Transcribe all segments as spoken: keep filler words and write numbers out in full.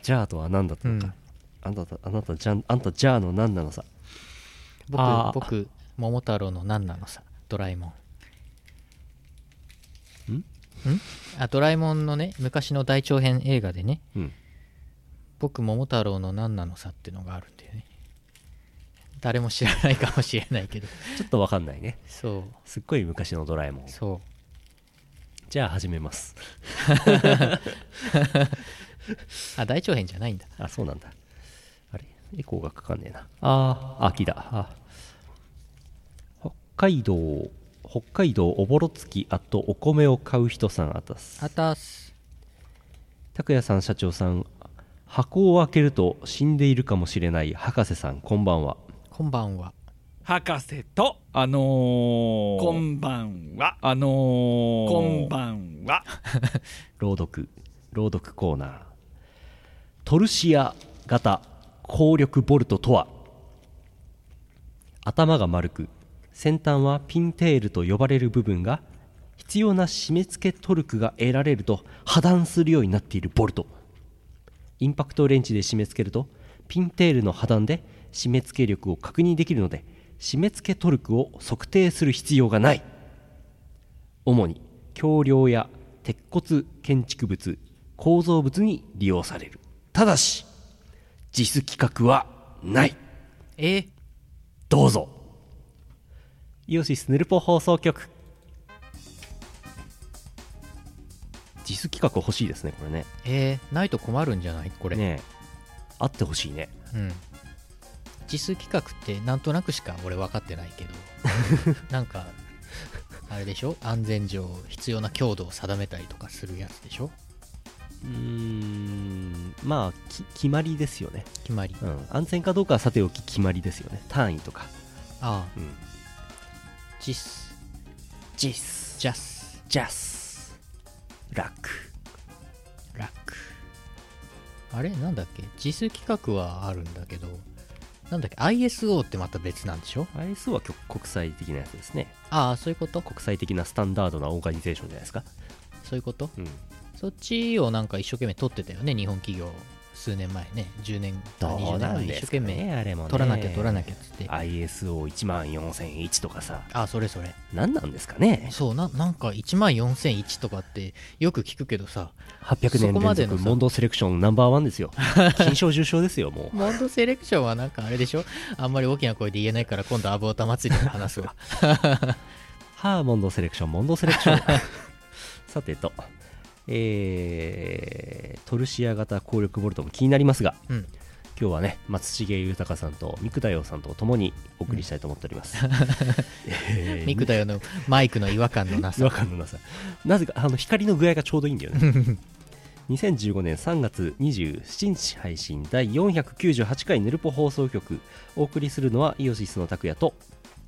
じゃあとは何だったのか、うん、あなたあなたじゃあんたじゃあの何なのさ。 僕僕桃太郎の何なのさ。ドラえもんんんあドラえもんのね昔の大長編映画でね、うん、僕桃太郎の何なのさってのがあるんだよね。誰も知らないかもしれないけどちょっと分かんないね。 そうすっごい昔のドラえもん。 そうじゃあ始めますあ大長編じゃないんだ。 あそうなんだ。あれエコーがかかんねえな。あー秋だ。あ北海道北海道おぼろ月あとお米を買う人さんあたすあたす。 拓也さん社長さん箱を開けると死んでいるかもしれない博士さんこんばんは。 こんばんは。 博士とあのー、こんばんはあのー、こんばんは朗読朗読コーナー。トルシア型光力ボルトとは、頭が丸く先端はピンテールと呼ばれる部分が必要な締め付けトルクが得られると破断するようになっているボルト。インパクトレンチで締め付けるとピンテールの破断で締め付け力を確認できるので締め付けトルクを測定する必要がない。主に橋梁や鉄骨建築物構造物に利用される。ただし実規格はない。 えどうぞ。イオシスヌルポ放送局。実規格欲しいですねこれね。 えー、ないと困るんじゃないこれね。あってほしいね。 うん実規格ってなんとなくしか俺分かってないけどなんかあれでしょ、安全上必要な強度を定めたりとかするやつでしょ。 うーんまあ決まりですよね。 決まり、 うん、安全かどうかはさておき決まりですよね。単位とか。 ああ、 うん、 ジスジスジャスジャスラックラックあれなんだっけ、実規格はあるんだけどなんだっけ アイエスオー ってまた別なんでしょ。 アイエスオー は国際的なやつですね。 ああそういうこと。 国際的なスタンダードなオーガニゼーションじゃないですか。 そういうこと、 うん、 そっちをなんか一生懸命取ってたよね日本企業。数年前ね、じゅうねんかにじゅうねんまえ一生懸命あれもね、 取らなきゃ取らなきゃっつってアイエスオーいちまんよんせんいち とかさ。 あそれそれ何なんですかね。 そう な, なんかいちまんよんせんいちとかってよく聞くけどさ、 はっぴゃくねん連続モンドセレクションナンバーワンですよ金賞受賞ですよもうモンドセレクションはなんかあれでしょ、あんまり大きな声で言えないから今度アブオタ祭りで話すわはあモンドセレクションモンドセレクションさてとえー、トルシア型光力ボルトも気になりますが、うん、今日はね松重豊さんと三久太陽さんと共にお送りしたいと思っております、うんえー、三久太陽のマイクの違和感のなさ違和感のなさなぜかあの光の具合がちょうどいいんだよねにせんじゅうごねんさんがつにじゅうしちにち配信だいよんひゃくきゅうじゅうはちかいヌルポ放送局。お送りするのはイオシスの拓也と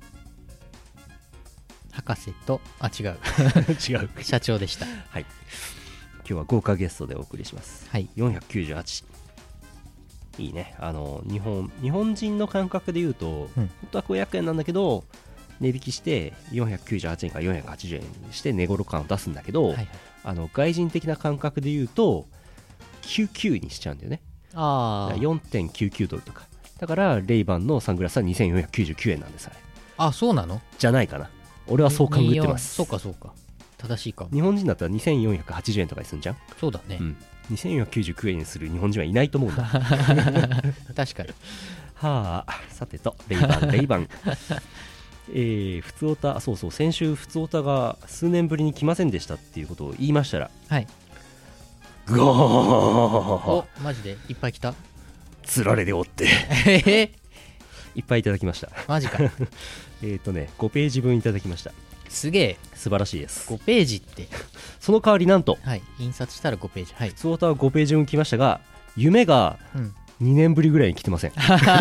博士とあ違う違う社長でした。 はい、今日は豪華ゲストでお送りします、はい、よんひゃくきゅうじゅうはち。いいね。あの日本日本人の感覚で言うと、うん、本当はごひゃくえんなんだけど値引きしてよんひゃくきゅうじゅうはちえんからよんひゃくはちじゅうえんにして値頃感を出すんだけど、はいはい、あの外人的な感覚で言うときゅうじゅうきゅうにしちゃうんだよね。 ああよんてんきゅうきゅうドルとかだからレイバンのサングラスはにせんよんひゃくきゅうじゅうきゅうえんなんです。あれあそうなのじゃないかな。俺はそう考えてます。 そうかそうか正しいかも。 日本人だったらにせんよんひゃくはちじゅうえんとかにすんじゃん。 そうだね、うん、 にせんよんひゃくきゅうじゅうきゅうえんにする日本人はいないと思うんだ確かに。 はあさてとレイバンレイバンえー、ふつおたそうそう先週ふつおたが数年ぶりに来ませんでしたっていうことを言いましたら、 はいゴーおマジでいっぱい来た。 つられでおっていっぱいいただきました。 マジかえっとねごページぶんいただきました。 すげえ素晴らしいです。 ごページってその代わりなんと、 はい、印刷したらごページ、はい、 ふつおたはごページ分来ましたが夢がにねんぶりぐらいに来てません、うん、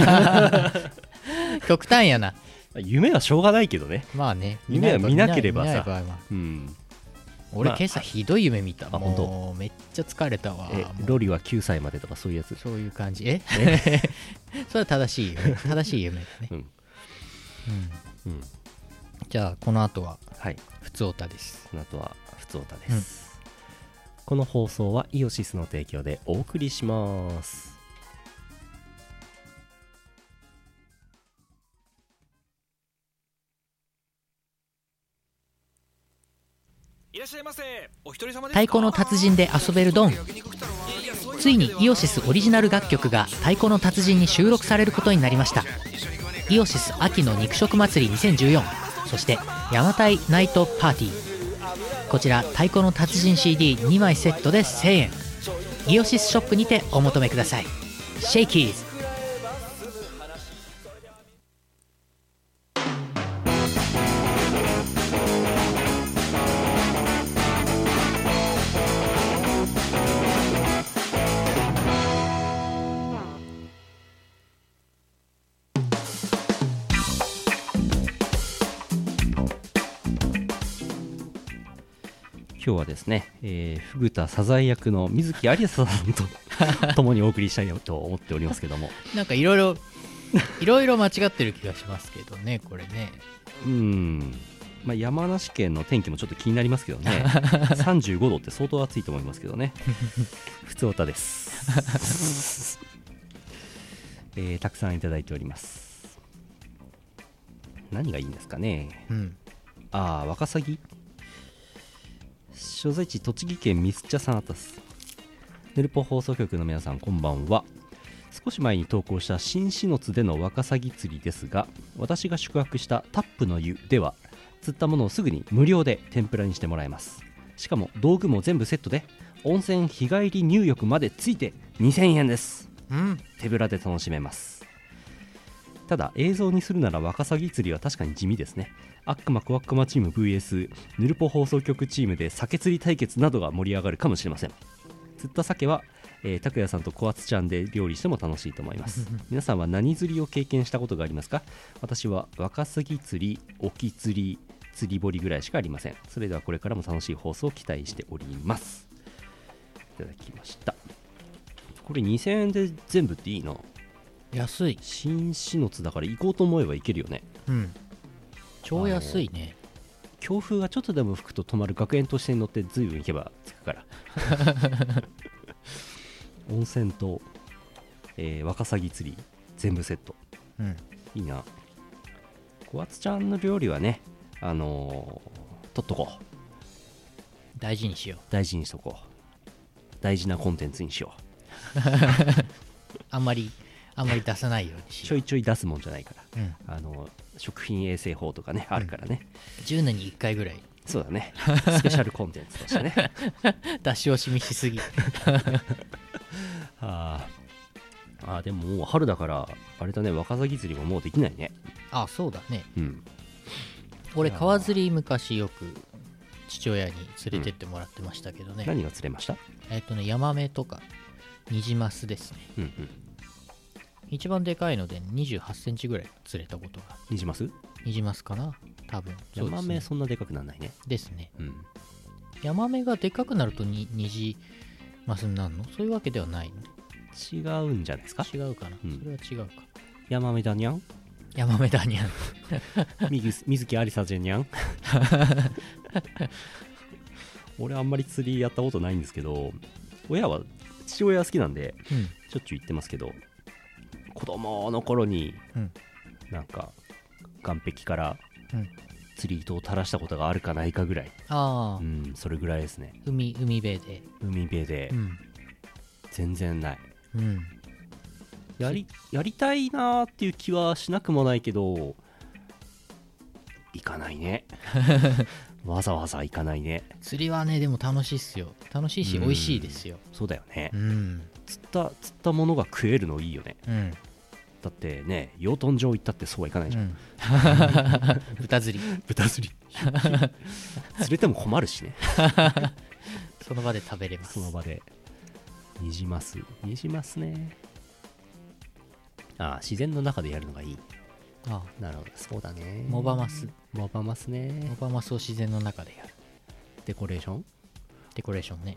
極端やな。 夢はしょうがないけどね。 まあね夢は見なければさ、 うん、俺、まあ、今朝ひどい夢見た。もうめっちゃ疲れたわ。 えロリはきゅうさいまでとかそういうやつ。 そういう感じ。えそれは正しい夢正しい夢だね。うん、うんうん、じゃあこの後はふつおたです。 この後はふつおたです、 この放送はイオシスの提供でお送りします。 いらっしゃいませ。お一人様ですか？ 太鼓の達人で遊べるドン。ついにイオシスオリジナル楽曲が太鼓の達人に収録されることになりました。イオシス秋の肉食祭りにせんじゅうよん、そしてヤマタイナイトパーティー。こちら太鼓の達人 シーディーに 枚セットでせんえん。イオシスショップにてお求めください。シェイキーズ。 今日はですね、えー、フグ田サザエ役の水木有沙さんと共にお送りしたいと思っておりますけどもなんかいろいろいろいろ間違ってる気がしますけどね、これね。 うーん、まあ、山梨県の天気もちょっと気になりますけどねさんじゅうごどって相当暑いと思いますけどねふつおたです、えー、たくさんいただいております。何がいいんですかね、うん、ああ、ワカサギ。所在地栃木県ミスチャさんあたす。ヌルポ放送局の皆さんこんばんは。少し前に投稿した新篠津でのワカサギ釣りですが、私が宿泊したタップの湯では釣ったものをすぐに無料で天ぷらにしてもらえます。しかも道具も全部セットで温泉日帰り入浴までついてにせんえんです、うん、手ぶらで楽しめます。ただ映像にするならワカサギ釣りは確かに地味ですね。アックマコワックマチーム ブイエス ヌルポ放送局チームで鮭釣り対決などが盛り上がるかもしれません。釣った鮭は、えー、拓也さんと小厚ちゃんで料理しても楽しいと思います皆さんは何釣りを経験したことがありますか？私はワカサギ釣り、オキ釣り、釣り堀ぐらいしかありません。それではこれからも楽しい放送を期待しております。いただきました。これにせんえんで全部っていいな。 安い。 新篠津だから行こうと思えば行けるよね。うん、 超安いね。 強風がちょっとでも吹くと止まる学園都市線に乗ってずいぶん行けば着くから温泉と、えー、ワカサギ釣り全部セット、うん、いいな。小厚ちゃんの料理はね、あのー、取っとこう。 大事にしよう。 大事にしとこう。大事なコンテンツにしようあんまりあんまり出さないようにしよう。 ちょいちょい出すもんじゃないから、うん、あの食品衛生法とかね、うん、あるからね。 じゅうねんにいっかいぐらい。 そうだね、スペシャルコンテンツとしてね出し惜しみしすぎああ、でももう春だからあれだね、ワカサギ釣りももうできないね。 あ、そうだね、うん、俺川釣り昔よく父親に連れてってもらってましたけどね、うん、 何が釣れました？ えっとね、ヤマメとかニジマスですね、うんうん、一番でかいのでにじゅうはちセンチぐらい釣れたことが。 ニジマス？ ニジマスかな多分。 ヤマメそんなでかくならないね。 ですね、うん、ヤマメがでかくなるとにニジマスになるの？そういうわけではないの？ 違うんじゃないですか？ 違うかな、うん、それは違うか。 ヤマメだにゃん、 ヤマメだにゃん水木有沙じゃにゃん俺あんまり釣りやったことないんですけど、親は父親は好きなんで、うん、しょっちゅう行ってますけど、子供の頃に、うん、なんか岸壁から釣り糸を垂らしたことがあるかないかぐらい、あ、うん、それぐらいですね。 海海辺で海辺で、うん、全然ない、うん、やりやりたいなーっていう気はしなくもないけど行かないねわざわざ行かないね。 釣りはね、でも楽しいっすよ。楽しいし美味しいですよ。 そうだよね、うん、釣った釣ったものが食えるのいいよね、うん、だってね、養豚場行ったってそうはいかないじゃん、うん、 豚釣り豚釣り釣れても困るしねその場で食べれます。 その場で。ニジマスニジマスね。ああ、自然の中でやるのがいい。ああ、なるほど、そうだね。 モバマスモバマスね。 モバマスを自然の中でやる。 デコレーションデコレーションね。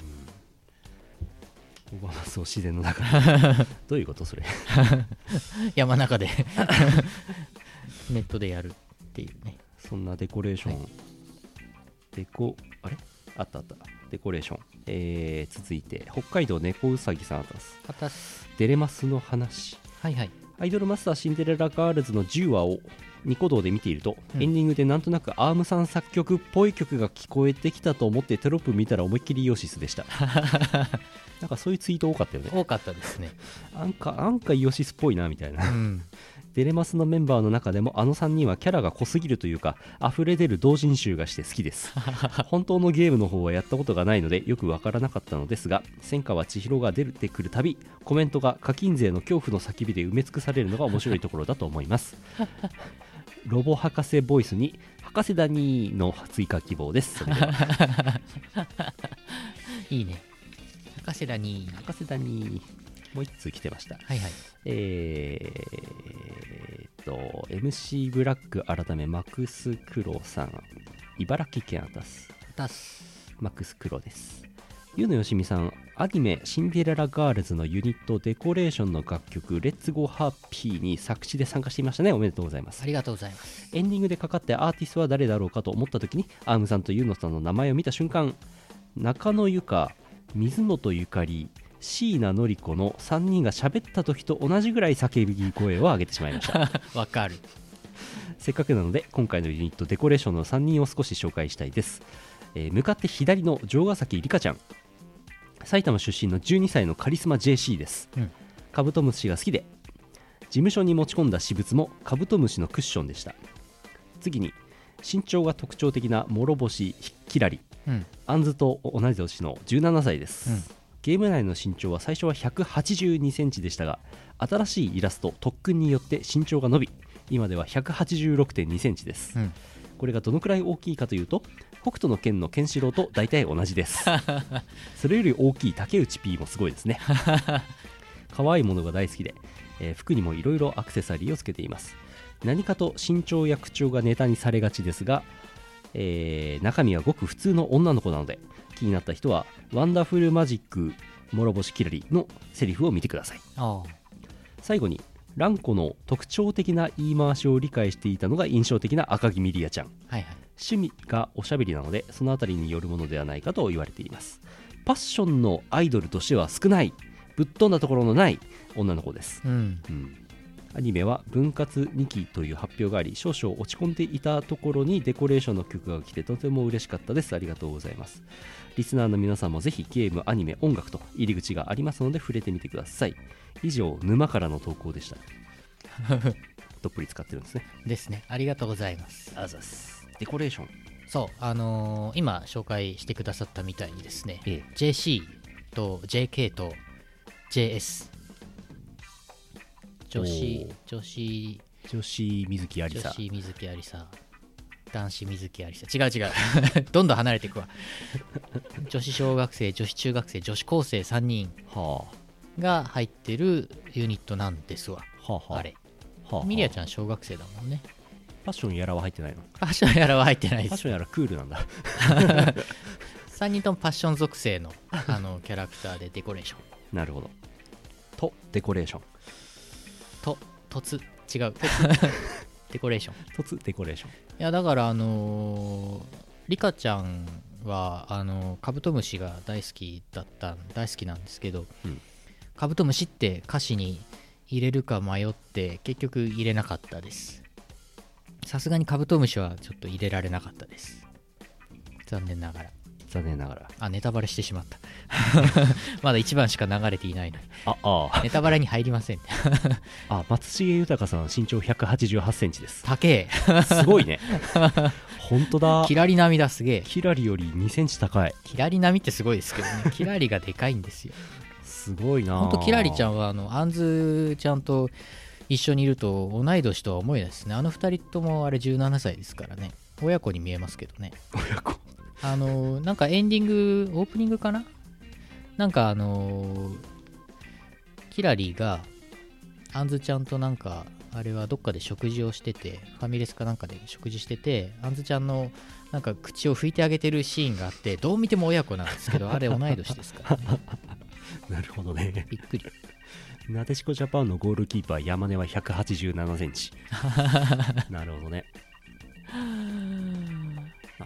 うん、モバマスを自然の中でどういうことそれ山中でネットでやるっていうね。 そんなデコレーション、はい、デコあれあったあったデコレーションえー、続いて北海道猫うさぎさんあたすあたすデレマスの話。 はいはい。 アイドルマスターシンデレラガールズのじゅうわをニコ動で見ていると、 うんエンディングでなんとなくアームさん作曲っぽい曲が聞こえてきたと思ってテロップ見たら思いっきりイオシスでしたなんかそういうツイート多かったよね。 多かったですね。 なんかなんかイオシスっぽいなみたいなうんデレマスのメンバーの中でもあのさんにんはキャラが濃すぎるというか溢れ出る同人集がして好きです本当のゲームの方はやったことがないのでよくわからなかったのですが、千川千尋が出てくるたびコメントが課金税の恐怖の叫びで埋め尽くされるのが面白いところだと思いますロボ博士ボイスに博士だにーの追加希望です。それではいいね。博士だに。 博士だにーもう一通来てました。 はいはい。 えー、っと エムシー ブラック改めマクスクロさん、茨城県あたすあたす。 マックスクロです。湯野よしみさん、アニメシンデレラガールズのユニットデコレーションの楽曲レッツゴーハッピーに作詞で参加していましたね。おめでとうございます。 ありがとうございます。 エンディングでかかってアーティストは誰だろうかと思った時にアームさんと湯野さんの名前を見た瞬間、中野ゆか、水本ゆかり、椎名のり子のさんにんが喋った時と同じぐらい叫び声を上げてしまいましたわかる。 せっかくなので今回のユニットデコレーションのさんにんを少し紹介したいです。えー向かって左の城ヶ崎里香ちゃん、埼玉出身のじゅうにさいのカリスマ ジェーシー です、 うん、 カブトムシが好きで事務所に持ち込んだ私物もカブトムシのクッションでした。次に身長が特徴的な諸星キラリ、 うん、 アンズと同じ年のじゅうななさいです、 うん、 ゲーム内の身長は最初はひゃくはちじゅうにセンチでしたが新しいイラスト特訓によって身長が伸び今では ひゃくはちじゅうろくてんにセンチです、うん、これがどのくらい大きいかというと北斗の拳のケンシロウと大体同じですそれより大きい竹内 P もすごいですね可愛いものが大好きで、えー服にもいろいろアクセサリーをつけています。何かと身長や口調がネタにされがちですが、えー中身はごく普通の女の子なので気になった人はワンダフルマジック諸星キラリのセリフを見てください。 あ最後にランコの特徴的な言い回しを理解していたのが印象的な赤木ミリアちゃん、 はいはい。 趣味がおしゃべりなのでそのあたりによるものではないかと言われています。パッションのアイドルとしては少ないぶっ飛んだところのない女の子です、 うん。 うんアニメは分割にきという発表があり少々落ち込んでいたところにデコレーションの曲が来てとても嬉しかったです。ありがとうございます。リスナーの皆さんもぜひゲームアニメ音楽と入り口がありますので触れてみてください。以上沼からの投稿でしたどっぷり使ってるんですね。 ですね。ありがとうございます。 あざす。デコレーション、 そう、あのー今紹介してくださったみたいにですね、 ええジェーシー と ジェーケー と ジェーエス 女子女子女子水木あり女さ子水木ありさ男子水木ありさ違う違うどんどん離れていくわ女子小学生女子中学生女子高生さんにんはが入ってるユニットなんですわ。 あはあはああれはあミリアちゃん小学生だもんね。 ファッションやらは入ってないの？ ファッションやらは入ってないです。 ファッションやらクールなんださんにんともパッション属性のあのキャラクターでデコレーションなるほど。とデコレーションと突違うデコレーション。 とつデコレーションいやだからあのー、リカちゃんはあのカブトムシが大好きだった大好きなんですけど、 うん、 カブトムシって歌詞に入れるか迷って結局入れなかったです。さすがにカブトムシはちょっと入れられなかったです。残念ながら。 残念ながらあネタバレしてしまったまだいちばんしか流れていないのにああネタバレに入りませんあ松重豊さん身長ひゃくはちじゅうはちセンチです。 高えすごいね本当だ。 キラリ並みだ。すげえ。 キラリよりにセンチ高い。 キラリ並みってすごいですけどねキラリがでかいんですよ。 すごいな。 ほんとキラリちゃんはあのアンズちゃんと一緒にいると同い年とは思えないですね。あのふたりともあれじゅうななさいですからね。親子に見えますけどね。 親子あのなんかエンディングオープニングかな、なんかあのキラリがアンズちゃんとなんかあれはどっかで食事をしてて、ファミレスかなんかで食事してて、アンズちゃんのなんか口を拭いてあげてるシーンがあって、どう見ても親子なんですけどあれ同い年ですからねなるほどね。 びっくり。 なでしこジャパンのゴールキーパー山根はひゃくはちじゅうななセンチなるほどね。まあ、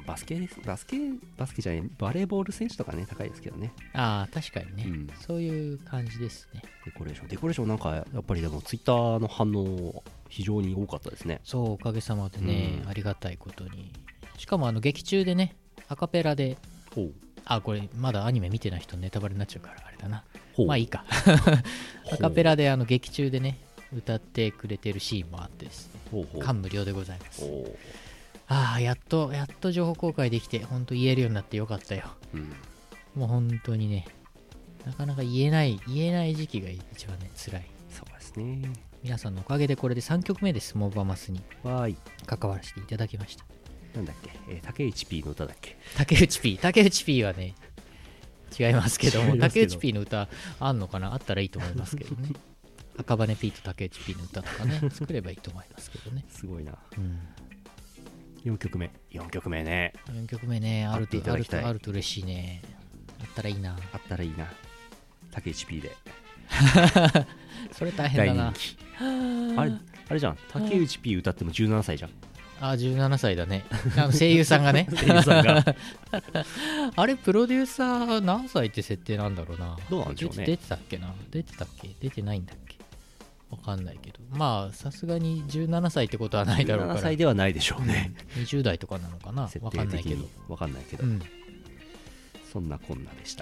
バスケですバスケバスケじゃないバレーボール選手とかね高いですけどね。 ああ確かにね、 うん、 そういう感じですね。 デコレーションデコレーションなんかやっぱりでもツイッターの反応非常に多かったですね。 そう、おかげさまでね、 うん、 ありがたいことに。しかもあの劇中でねアカペラで、あこれまだアニメ見てない人ネタバレになっちゃうからあれだな、まあいいかアカペラであの劇中でね歌ってくれてるシーンもあってですね、 ほうほう感無量でございます。ああやっとやっと情報公開できて本当言えるようになってよかったよ、うん、もう本当にねなかなか言えない言えない時期が一番ね辛い。 そうですね。 皆さんのおかげでこれでさんきょくめです。モバマスにわーい関わらせていただきました。 なんだっけ、えー、竹内 P の歌だっけ。 竹内 P 竹内 P はね違いますけども竹内 P の歌あんのかな、あったらいいと思いますけどね赤羽 P と竹内 P の歌とかね作ればいいと思いますけどね。 すごいな、 うん、 よんきょくめよんきょくめねよんきょくめねあるとあるとあると嬉しいね。あったらいいなあったらいいな竹内 P でそれ大変だな。 あれあれじゃん竹内 P 歌ってもじゅうななさいじゃん。 あじゅうななさいだねあの声優さんがね声優さんがあれプロデューサー何歳って設定なんだろうな。 どうなんでしょうね。 出てたっけな出てたっけ出てないんだっけわかんないけど、まあさすがにじゅうななさいってことはないだろうから。 じゅうななさいではないでしょうね、 うん、にじゅう代とかなのかなわかんないけどわかんないけど、うん、そんなこんなでした。い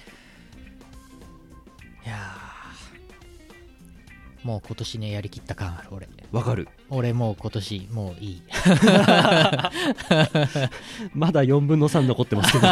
やもう今年ねやりきった感ある俺。 わかる。 俺もう今年もういいまだよんぶんのさん残ってますけど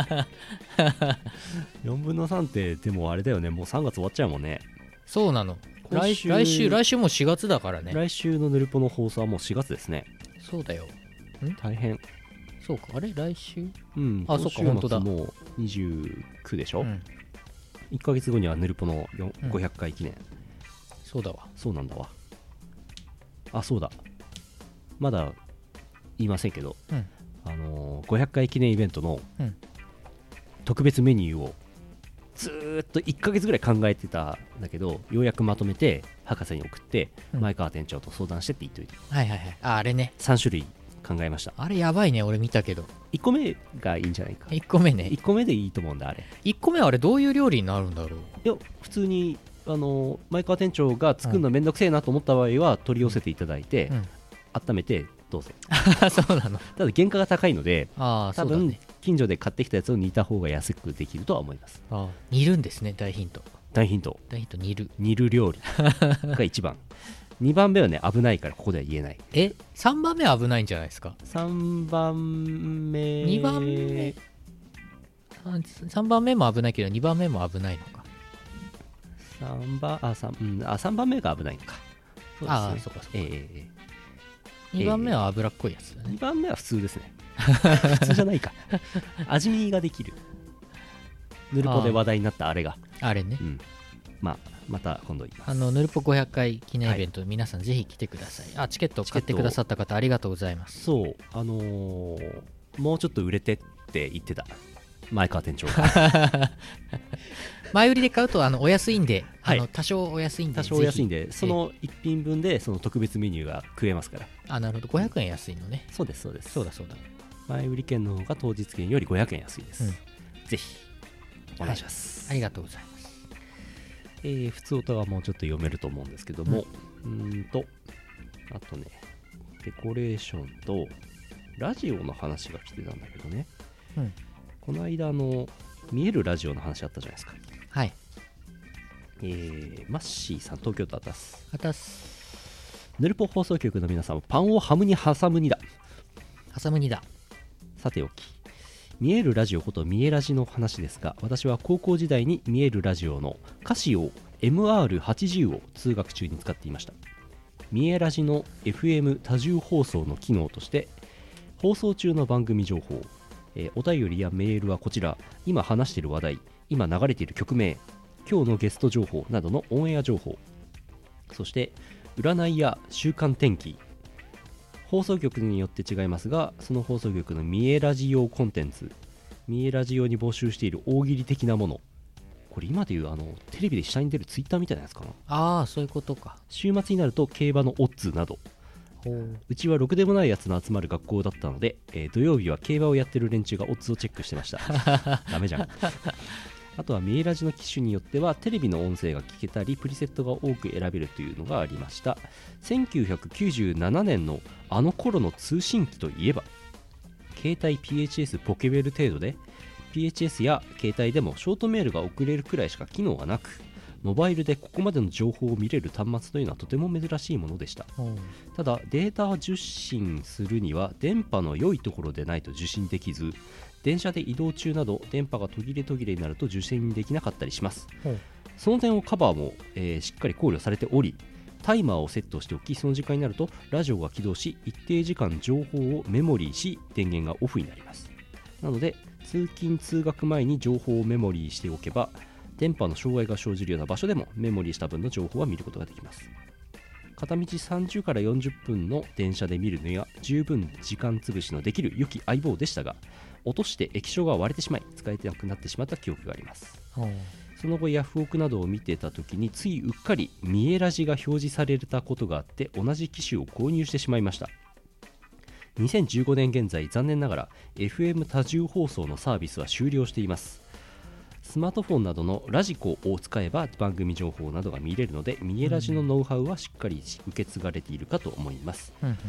よんぶんのさんってでもあれだよね、もうさんがつ終わっちゃうもんね。 そうなの。来週来週来週もうしがつだからね。 来週のヌルポの放送はもうしがつですね。 そうだよ。 ん大変。 そうか、あれ来週うん、 あ、そっか、本当だ。 もうにじゅうくでしょ、うん、いっかげつごにはヌルポのごひゃっかい記念、うん、 そうだわ。 そうなんだわ。あ、そうだ、まだ言いませんけど、うん、あのー、ごひゃっかい記念イベントの特別メニューをずーっといっかげつぐらい考えてたんだけど、ようやくまとめて博士に送って、うん、前川店長と相談してって言っといて、 はいはいはい、あ、あれね、 さんしゅるい考えました。 あれやばいね、俺見たけど。 いっこめがいいんじゃないか。 いっこめね。 いっこめでいいと思うんだ。あれいっこめはあれどういう料理になるんだろう。 いや普通にあの前川店長が作るのめんどくせえなと思った場合は取り寄せていただいて、うん、温めてどうぞそうなの。 ただ原価が高いので、 あ、 多分、ね、近所で買ってきたやつを煮た方が安くできるとは思います。 あ、煮るんですね。大ヒント大ヒント大ヒント煮る煮る料理がいちばんにばんめはね危ないからここでは言えない。 えさんばんめは危ないんじゃないですか。 さんばんめにばんめさんばんめも危ないけどにばんめも危ないのか。 さんばんあ 3, うんあさんばんめが危ないのか。 そうですね、ああそうかそうか、 えー、 にばんめは脂っこいやつだね。 にばんめは普通ですね普通じゃないか味見ができるヌルポで話題になったあれがあれね、 うん、まあまた今度言います。 あのヌルポごひゃっかい記念イベント、はい、皆さんぜひ来てください。あ、チケットを買ってくださった方ありがとうございます。 そうあのー、もうちょっと売れてって言ってた前川店長が前売りで買うとあのお安いんで、はい、あの多少お安いんで多少お安いんでそのいっぴんぶんでその特別メニューが食えますから。 あ、なるほど、ごひゃくえん安いのね。 そうですそうです。 そうだそうだ。 前売り券の方が当日券よりごひゃくえん安いです、うん、ぜひお願いします、 はい、ありがとうございます。 えー、普通歌はもうちょっと読めると思うんですけども、うん、うーんとあとねデコレーションとラジオの話が来てたんだけどね、うん、この間の見えるラジオの話あったじゃないですか。 はい。 えー、マッシーさん、東京都あたすあたす。 ヌルポ放送局の皆さん、パンをハムに挟むにだ挟むにだ。 さておき、見えるラジオこと見えラジの話ですが、私は高校時代に見えるラジオのカシオ エムアールはちじゅう を通学中に使っていました。見えラジの エフエム 多重放送の機能として放送中の番組情報、えー、お便りやメールはこちら、今話している話題、今流れている曲名、今日のゲスト情報などのオンエア情報、そして占いや週間天気、放送局によって違いますが、その放送局の見えラジ用コンテンツ、見えラジ用に募集している大喜利的なもの、これ今でいうあのテレビで下に出るツイッターみたいなやつかな。 ああ、そういうことか。 週末になると競馬のオッズなど、 うちはろくでもないやつの集まる学校だったので、えー土曜日は競馬をやってる連中がオッズをチェックしてましたダメじゃん。あとはミエラジの機種によってはテレビの音声が聞けたりプリセットが多く選べるというのがありました。せんきゅうひゃくきゅうじゅうななねんのあの頃の通信機といえば携帯 ピーエイチエス ポケベル程度で ピーエイチエス や携帯でもショートメールが送れるくらいしか機能がなく、モバイルでここまでの情報を見れる端末というのはとても珍しいものでした。ただデータ受信するには電波の良いところでないと受信できず、電車で移動中など電波が途切れ途切れになると受信できなかったりします。その点をカバーも、えーしっかり考慮されており、タイマーをセットしておき、その時間になるとラジオが起動し一定時間情報をメモリーし電源がオフになります。なので通勤通学前に情報をメモリーしておけば電波の障害が生じるような場所でもメモリーした分の情報は見ることができます。片道さんじゅうからよんじゅっぷんの電車で見るには十分時間潰しのできる良き相棒でしたが、落として液晶が割れてしまい使えなくなってしまった記憶があります。その後ヤフオクなどを見てた時についうっかりミエラジが表示されたことがあって同じ機種を購入してしまいました。にせんじゅうごねん現在残念ながら エフエム 多重放送のサービスは終了しています。スマートフォンなどのラジコを使えば番組情報などが見れるのでミエラジのノウハウはしっかり受け継がれているかと思います。 うんうん、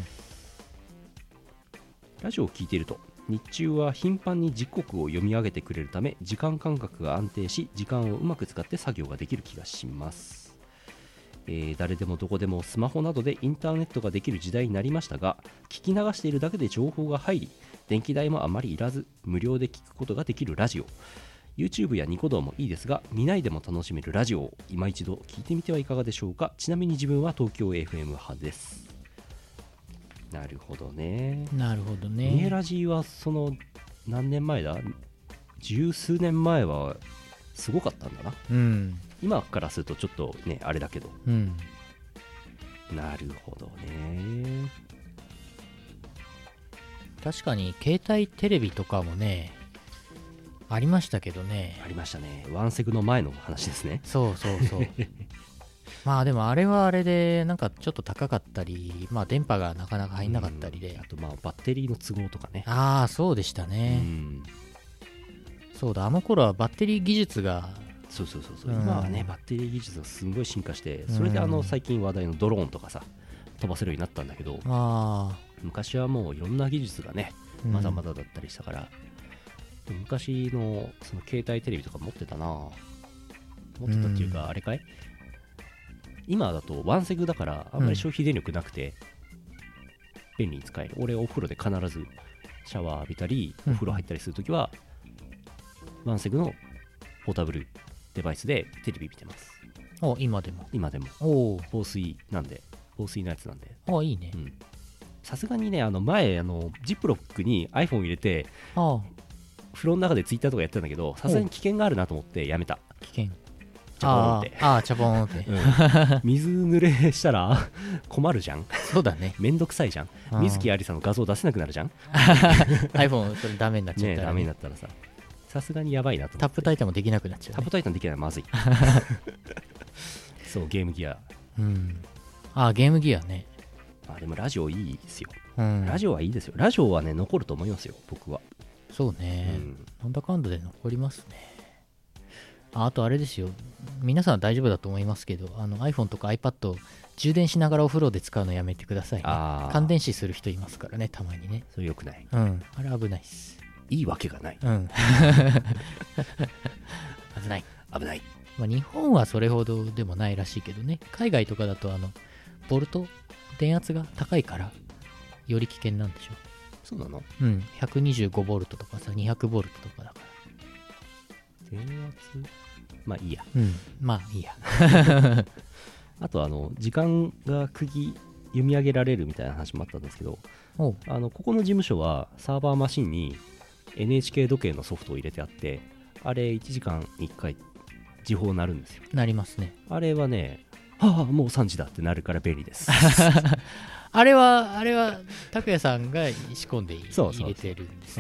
ラジオを聞いていると日中は頻繁に時刻を読み上げてくれるため時間感覚が安定し時間をうまく使って作業ができる気がします。えー、誰でもどこでもスマホなどでインターネットができる時代になりましたが、聞き流しているだけで情報が入り電気代もあまりいらず無料で聞くことができるラジオ、 YouTube やニコ動もいいですが見ないでも楽しめるラジオを今一度聞いてみてはいかがでしょうか。ちなみに自分は東京 エフエム 派です。なるほどね。 なるほどね。 ミエラジはその何年前だ十数年前はすごかったんだな。 うん、 今からするとちょっとねあれだけど、 うん、 なるほどね。 確かに携帯テレビとかもねありましたけどね。 ありましたね。ワンセグの前の話ですね。 そうそうそうまあでもあれはあれでなんかちょっと高かったり、まあ電波がなかなか入んなかったりで、 あとまあバッテリーの都合とかね。 ああそうでしたね。 うんそうだ、あの頃はバッテリー技術がそうそうそうそう、 うん、 今はねバッテリー技術がすごい進化して、それであの最近話題のドローンとかさ飛ばせるようになったんだけど、 あ昔はもういろんな技術がねまだまだだったりしたから、うん、昔のその携帯テレビとか持ってたな。持ってたっていうか、うん、あれかい今だとワンセグだからあんまり消費電力なくて便利に使える、うん、俺お風呂で必ずシャワー浴びたりお風呂入ったりするときは、うん、ワンセグのポータブルデバイスでテレビ見てます。 お今でも今でもお防水なんで防水のやつなんであいいね。 さすがにねあの前あのジップロックに iPhone 入れてあ風呂の中でツイッターとかやってたんだけど、さすがに危険があるなと思ってやめた。 危険チャポンって。 ああ、チャポンって、 うん、水濡れしたら困るじゃん。 そうだね。 めんどくさいじゃん。水木有りさんの画像出せなくなるじゃん。 iPhone それダメになっちゃったらね, ねダメになったらさ、さすがにやばいなと思って。 タップタイタンもできなくなっちゃう、ね、 タップタイタンできないのまずいそうゲームギア、 うん、ああゲームギアね。 あでもラジオいいですよ、 うん、 ラジオはいいですよ。ラジオはね残ると思いますよ僕は。 そうね、うん、なんだかんだで残りますね。 あ, あとあれですよ、皆さんは大丈夫だと思いますけど、あの iPhone とか iPad 充電しながらお風呂で使うのやめてくださいね。感電死する人いますからね、たまにね。 それよくない。 うん、あれ危ないっす。 いいわけがない。 うん危ない危ない。 まあ、日本はそれほどでもないらしいけどね。海外とかだとあのボルト電圧が高いからより危険なんでしょ。 そうなの？ うん、ひゃくにじゅうごボルトとかさ、にひゃくボルトとかだから。 電圧？まあいいや。 うん、まあいいや。 あとあの時間が釘読み上げられるみたいな話もあったんですけど、あのここの事務所はサーバーマシンに エヌエイチケー 時計のソフトを入れてあって、あれいちじかんにいっかい時報鳴るんですよ。 なりますね。 あれはね、はあもうさんじだってなるから便利です。 あれはあれは拓也さんが仕込んでそうそう入れてるんですね。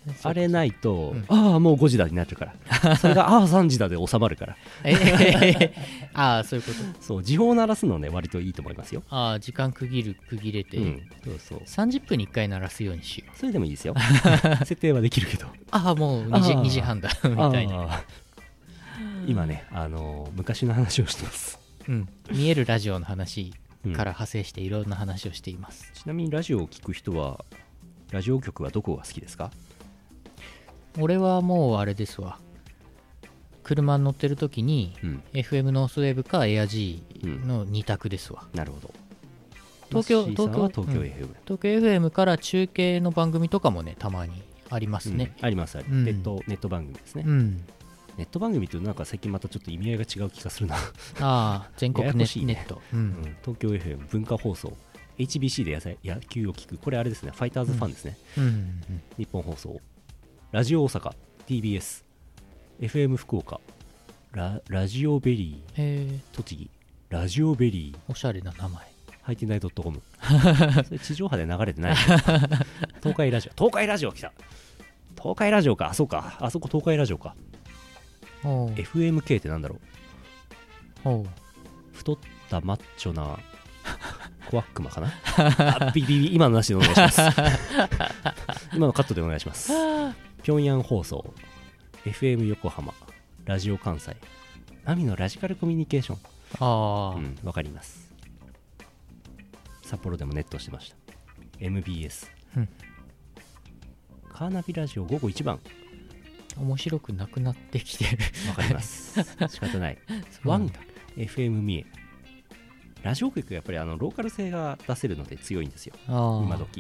あれないと、 うんああもうごじだになっちゃうからそれがああさんじだで収まるからえー、ああそういうことそう時報を鳴らすのね割といいと思いますよ。 ああ時間区切る区切れて、 うん、そうそうさんじゅっぷんにいっかい鳴らすようにしよう。 それでもいいですよ設定はできるけどああもう 2, 時あーにじはんだみたいな、 あー今ねあのー昔の話をしてます、 うん、見えるラジオの話うんから派生していろんな話をしています、 ちなみにラジオを聞く人はラジオ局はどこが好きですか？ 俺はもうあれですわ、車に乗ってる時に、 うんエフエム ノースウェーブか エアジー のに択ですわ。 なるほど。 東京マッシーさんは東京うんエフエム、 東京 エフエム から中継の番組とかもねたまにありますね、 うんありますあります、 うんネットネット番組ですね、 うんネット番組ってなんか最近またちょっと意味合いが違う気がするな、 ああ全国ネ,、 ややこしいねネット、ううんん、東京 エフエム 文化放送 エイチビーシー で野菜野球を聞く、これあれですね、ファイターズファンですね、 うんうん日本放送ラジオ大阪 ティービーエス エフエム 福岡 ラ, ラジオベリーへえ栃木ラジオベリーおしゃれな名前。 ハイテナイドットコムそれ地上波で流れてない東海ラジオ東海ラジオ来た東海ラジオか、あそうか、あそこ東海ラジオか。 おうエフエムケー ってなんだろう。 おう太ったマッチョなコアックマかなあビビビ今のなしでお願いします今のカットでお願いします。平壌放送 エフエム 横浜ラジオ関西ナミのラジカルコミュニケーション、 ああ、 うんわかります。札幌でもネットしてました。 エムビーエス、 うん、 カーナビラジオ午後一番、 面白くなくなってきてるわかります仕方ない。ワン エフエム 三重ラジオ局やっぱりあのローカル性が出せるので強いんですよ、 あ今時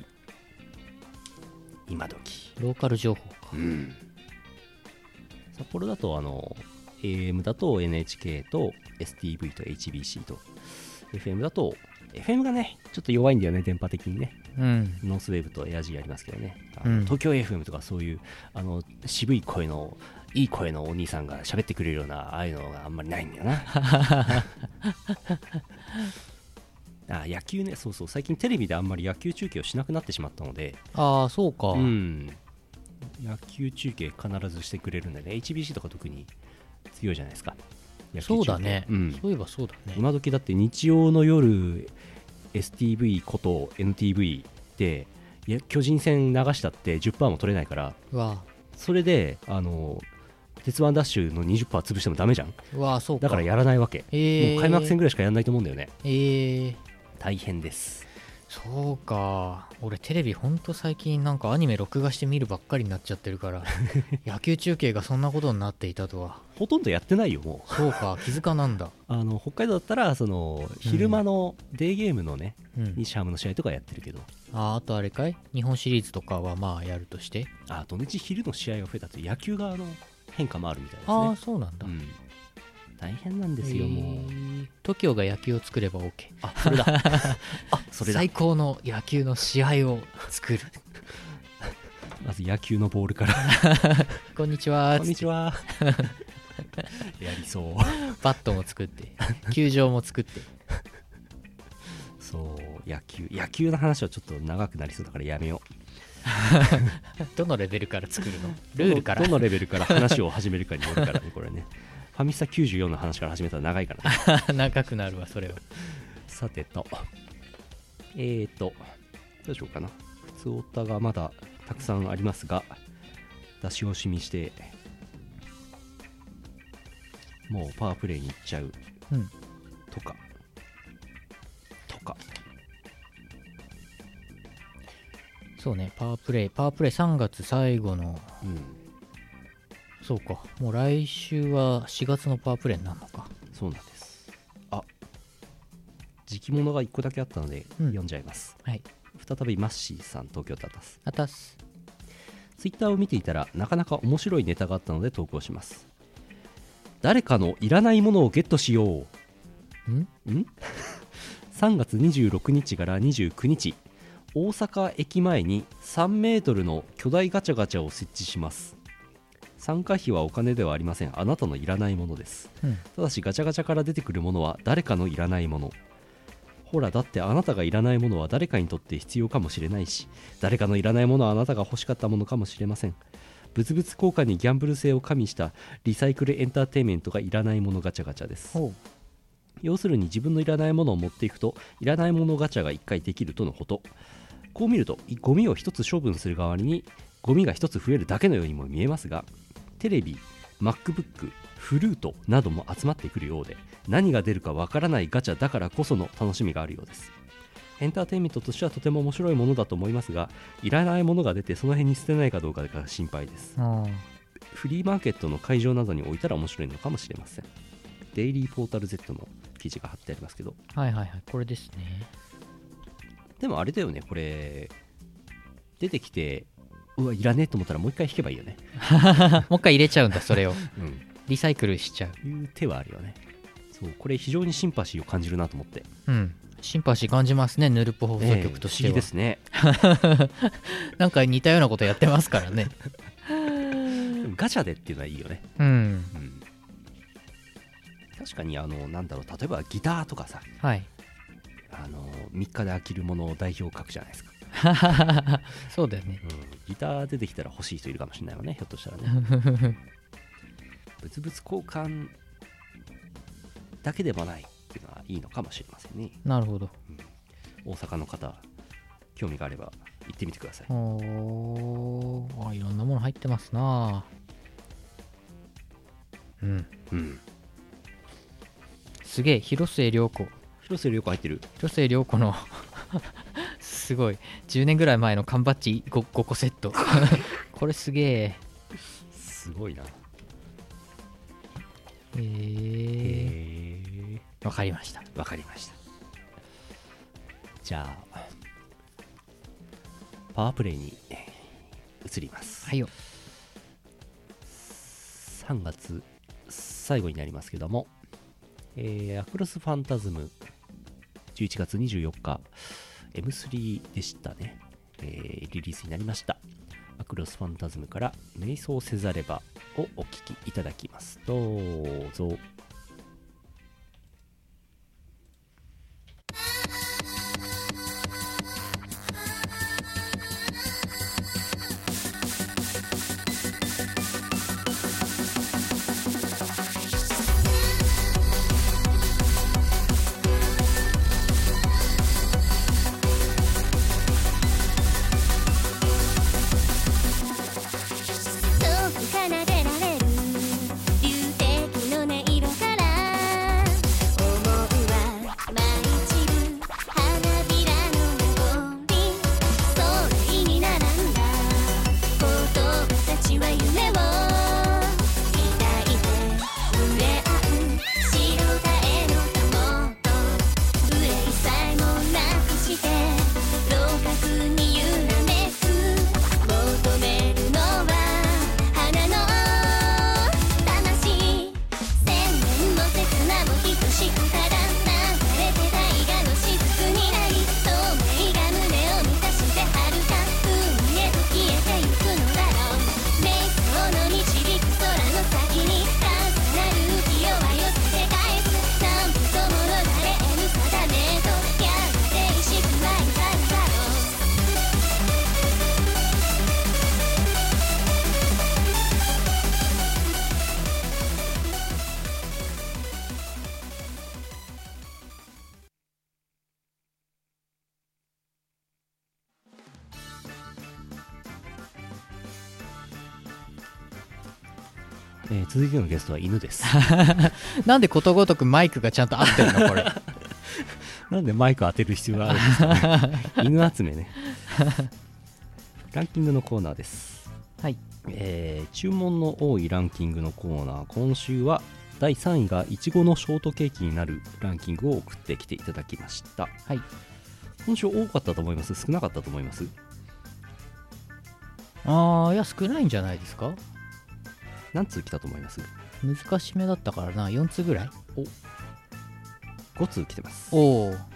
今時ローカル情報か、 うん札幌だとあの エーエム だと エヌエイチケー と エスティーブイ と エイチビーシー と エフエム だと エフエム がねちょっと弱いんだよね電波的にね。 うんノースウェーブとエアジーありますけどね、あのうん東京 エフエム とかそういうあの渋い声のいい声のお兄さんが喋ってくれるようなああいうのがあんまりないんだよなあ野球ね、そうそう最近テレビであんまり野球中継をしなくなってしまったので、 ああそうか、 うん野球中継必ずしてくれるんでね、 エイチビーシー とか特に強いじゃないですか野球中継。 そうだね、 うんそういえばそうだね。 今時だって日曜の夜 エスティーブイ こと エヌティーブイ でいや巨人戦流したって じゅっパーセント も取れないから、 うわそれであの鉄腕ダッシュの にじゅっパーセント 潰してもダメじゃん。 うわそうかだからやらないわけ、 えー、 もう開幕戦ぐらいしかやらないと思うんだよね。 えー、 大変です。 そうか、俺テレビほんと最近なんかアニメ録画して見るばっかりになっちゃってるから野球中継がそんなことになっていたとは。 ほとんどやってないよもう。 そうか気づかなんだあの北海道だったらその昼間のデーゲームのね、 うん日ハムの試合とかやってるけど、 ああとあれかい日本シリーズとかはまあやるとして、 あ土日昼の試合が増えたって野球側の変化もあるみたいですああね。 そうなんだ、 うん大変なんですよ、 えもう。 ー トキオ が野球を作れば OK。 あそれだあそれだ最高の野球の試合を作るまず野球のボールからこんにちはこんにちはやりそうバットも作って球場も作ってそう野球野球の話はちょっと長くなりそうだからやめよう。 どのレベルから作るのルールからどのどのレベルから話を始めるかによるからねこれね。ファミスタきゅうじゅうよんの話から始めたら長いからね長くなるわそれは。 さてとえーとどうしようかな。普通オタがまだたくさんありますが出し惜しみしてもうパワープレイに行っちゃううんとかとかそうねパワープレイパワープレイさんがつ最後の、 うんそうかもう来週はしがつのパワープレイになるのか。 そうなんです。あ時期物がいっこだけあったのでうん読んじゃいます、 はい再びマッシーさん東京タタス。 あたすツイッターを見ていたらなかなか面白いネタがあったので投稿します。誰かのいらないものをゲットしよんうんさんがつにじゅうろくにちからにじゅうくにち大阪駅前にさんメートルの巨大ガチャガチャを設置します。参加費はお金ではありません。あなたのいらないものです。 うんただしガチャガチャから出てくるものは誰かのいらないもの。 ほらだってあなたがいらないものは誰かにとって必要かもしれないし、誰かのいらないものはあなたが欲しかったものかもしれません。物々交換にギャンブル性を加味したリサイクルエンターテインメントがいらないものガチャガチャです。要するに自分のいらないものを持っていくといらないものガチャがいっかいできるとのこと。こう見るとゴミをひとつ処分する代わりにゴミがひとつ増えるだけのようにも見えますが、テレビ、MacBook、フルートなども集まってくるようで、何が出るかわからないガチャだからこその楽しみがあるようです。エンターテインメントとしてはとても面白いものだと思いますが、いらないものが出てその辺に捨てないかどうかが心配です。フリーマーケットの会場などに置いたら面白いのかもしれません。デイリーポータル Z の記事が貼ってありますけど、 はいはいはい、これですね。 でもあれだよね、これ出てきてうわいらねえと思ったらもう一回引けばいいよねもう一回入れちゃうんだそれを、 うん、 リサイクルしちゃういう手はあるよね。そう、これ非常にシンパシーを感じるなと思って。 うん、シンパシー感じますね、ヌルポ放送局としては、 えー、不思議ですねなんか似たようなことやってますからねでもガチャでっていうのはいいよね。 うん、うん、 確かにあのなんだろう、例えばギターとかさ、 はい、 あのみっかで飽きるものを代表格じゃないですかそうだよね、 うん、ギター出てきたら欲しい人いるかもしれないわね、ひょっとしたらね物々交換だけでもないっていうのはいいのかもしれませんね。 なるほど、 うん、大阪の方興味があれば行ってみてください。 おー、あ、いろんなもの入ってますな。うんうん、すげえ、広末涼子広末涼子入ってる。 広末涼子のすごいじゅうねんぐらい前の缶バッジ 5, ごこセットこれすげえ、 すごいな。 へえー、わかりましたわかりました。じゃあパワープレイに移ります。 はいよ。 さんがつ最後になりますけども、えー、アクロスファンタズムじゅういちがつにじゅうよっか エムスリー でしたね、えー、リリースになりました。アクロスファンタズムから瞑想せざればをお聴きいただきます。どうぞ。えー、続いてのゲストは犬ですなんでことごとくマイクがちゃんと合ってるのこれなんでマイク当てる必要があるんですかね犬集めねランキングのコーナーです。 はい、 えー、注文の多いランキングのコーナー、今週はだいさんいがいちごのショートケーキになるランキングを送ってきていただきました。 はい、 今週多かったと思います？少なかったと思います？ ああ、いや少ないんじゃないですか。 何通来たと思います？ 難しめだったからな、よんつうぐらい。 お、ごつう来てます。 おお、ウ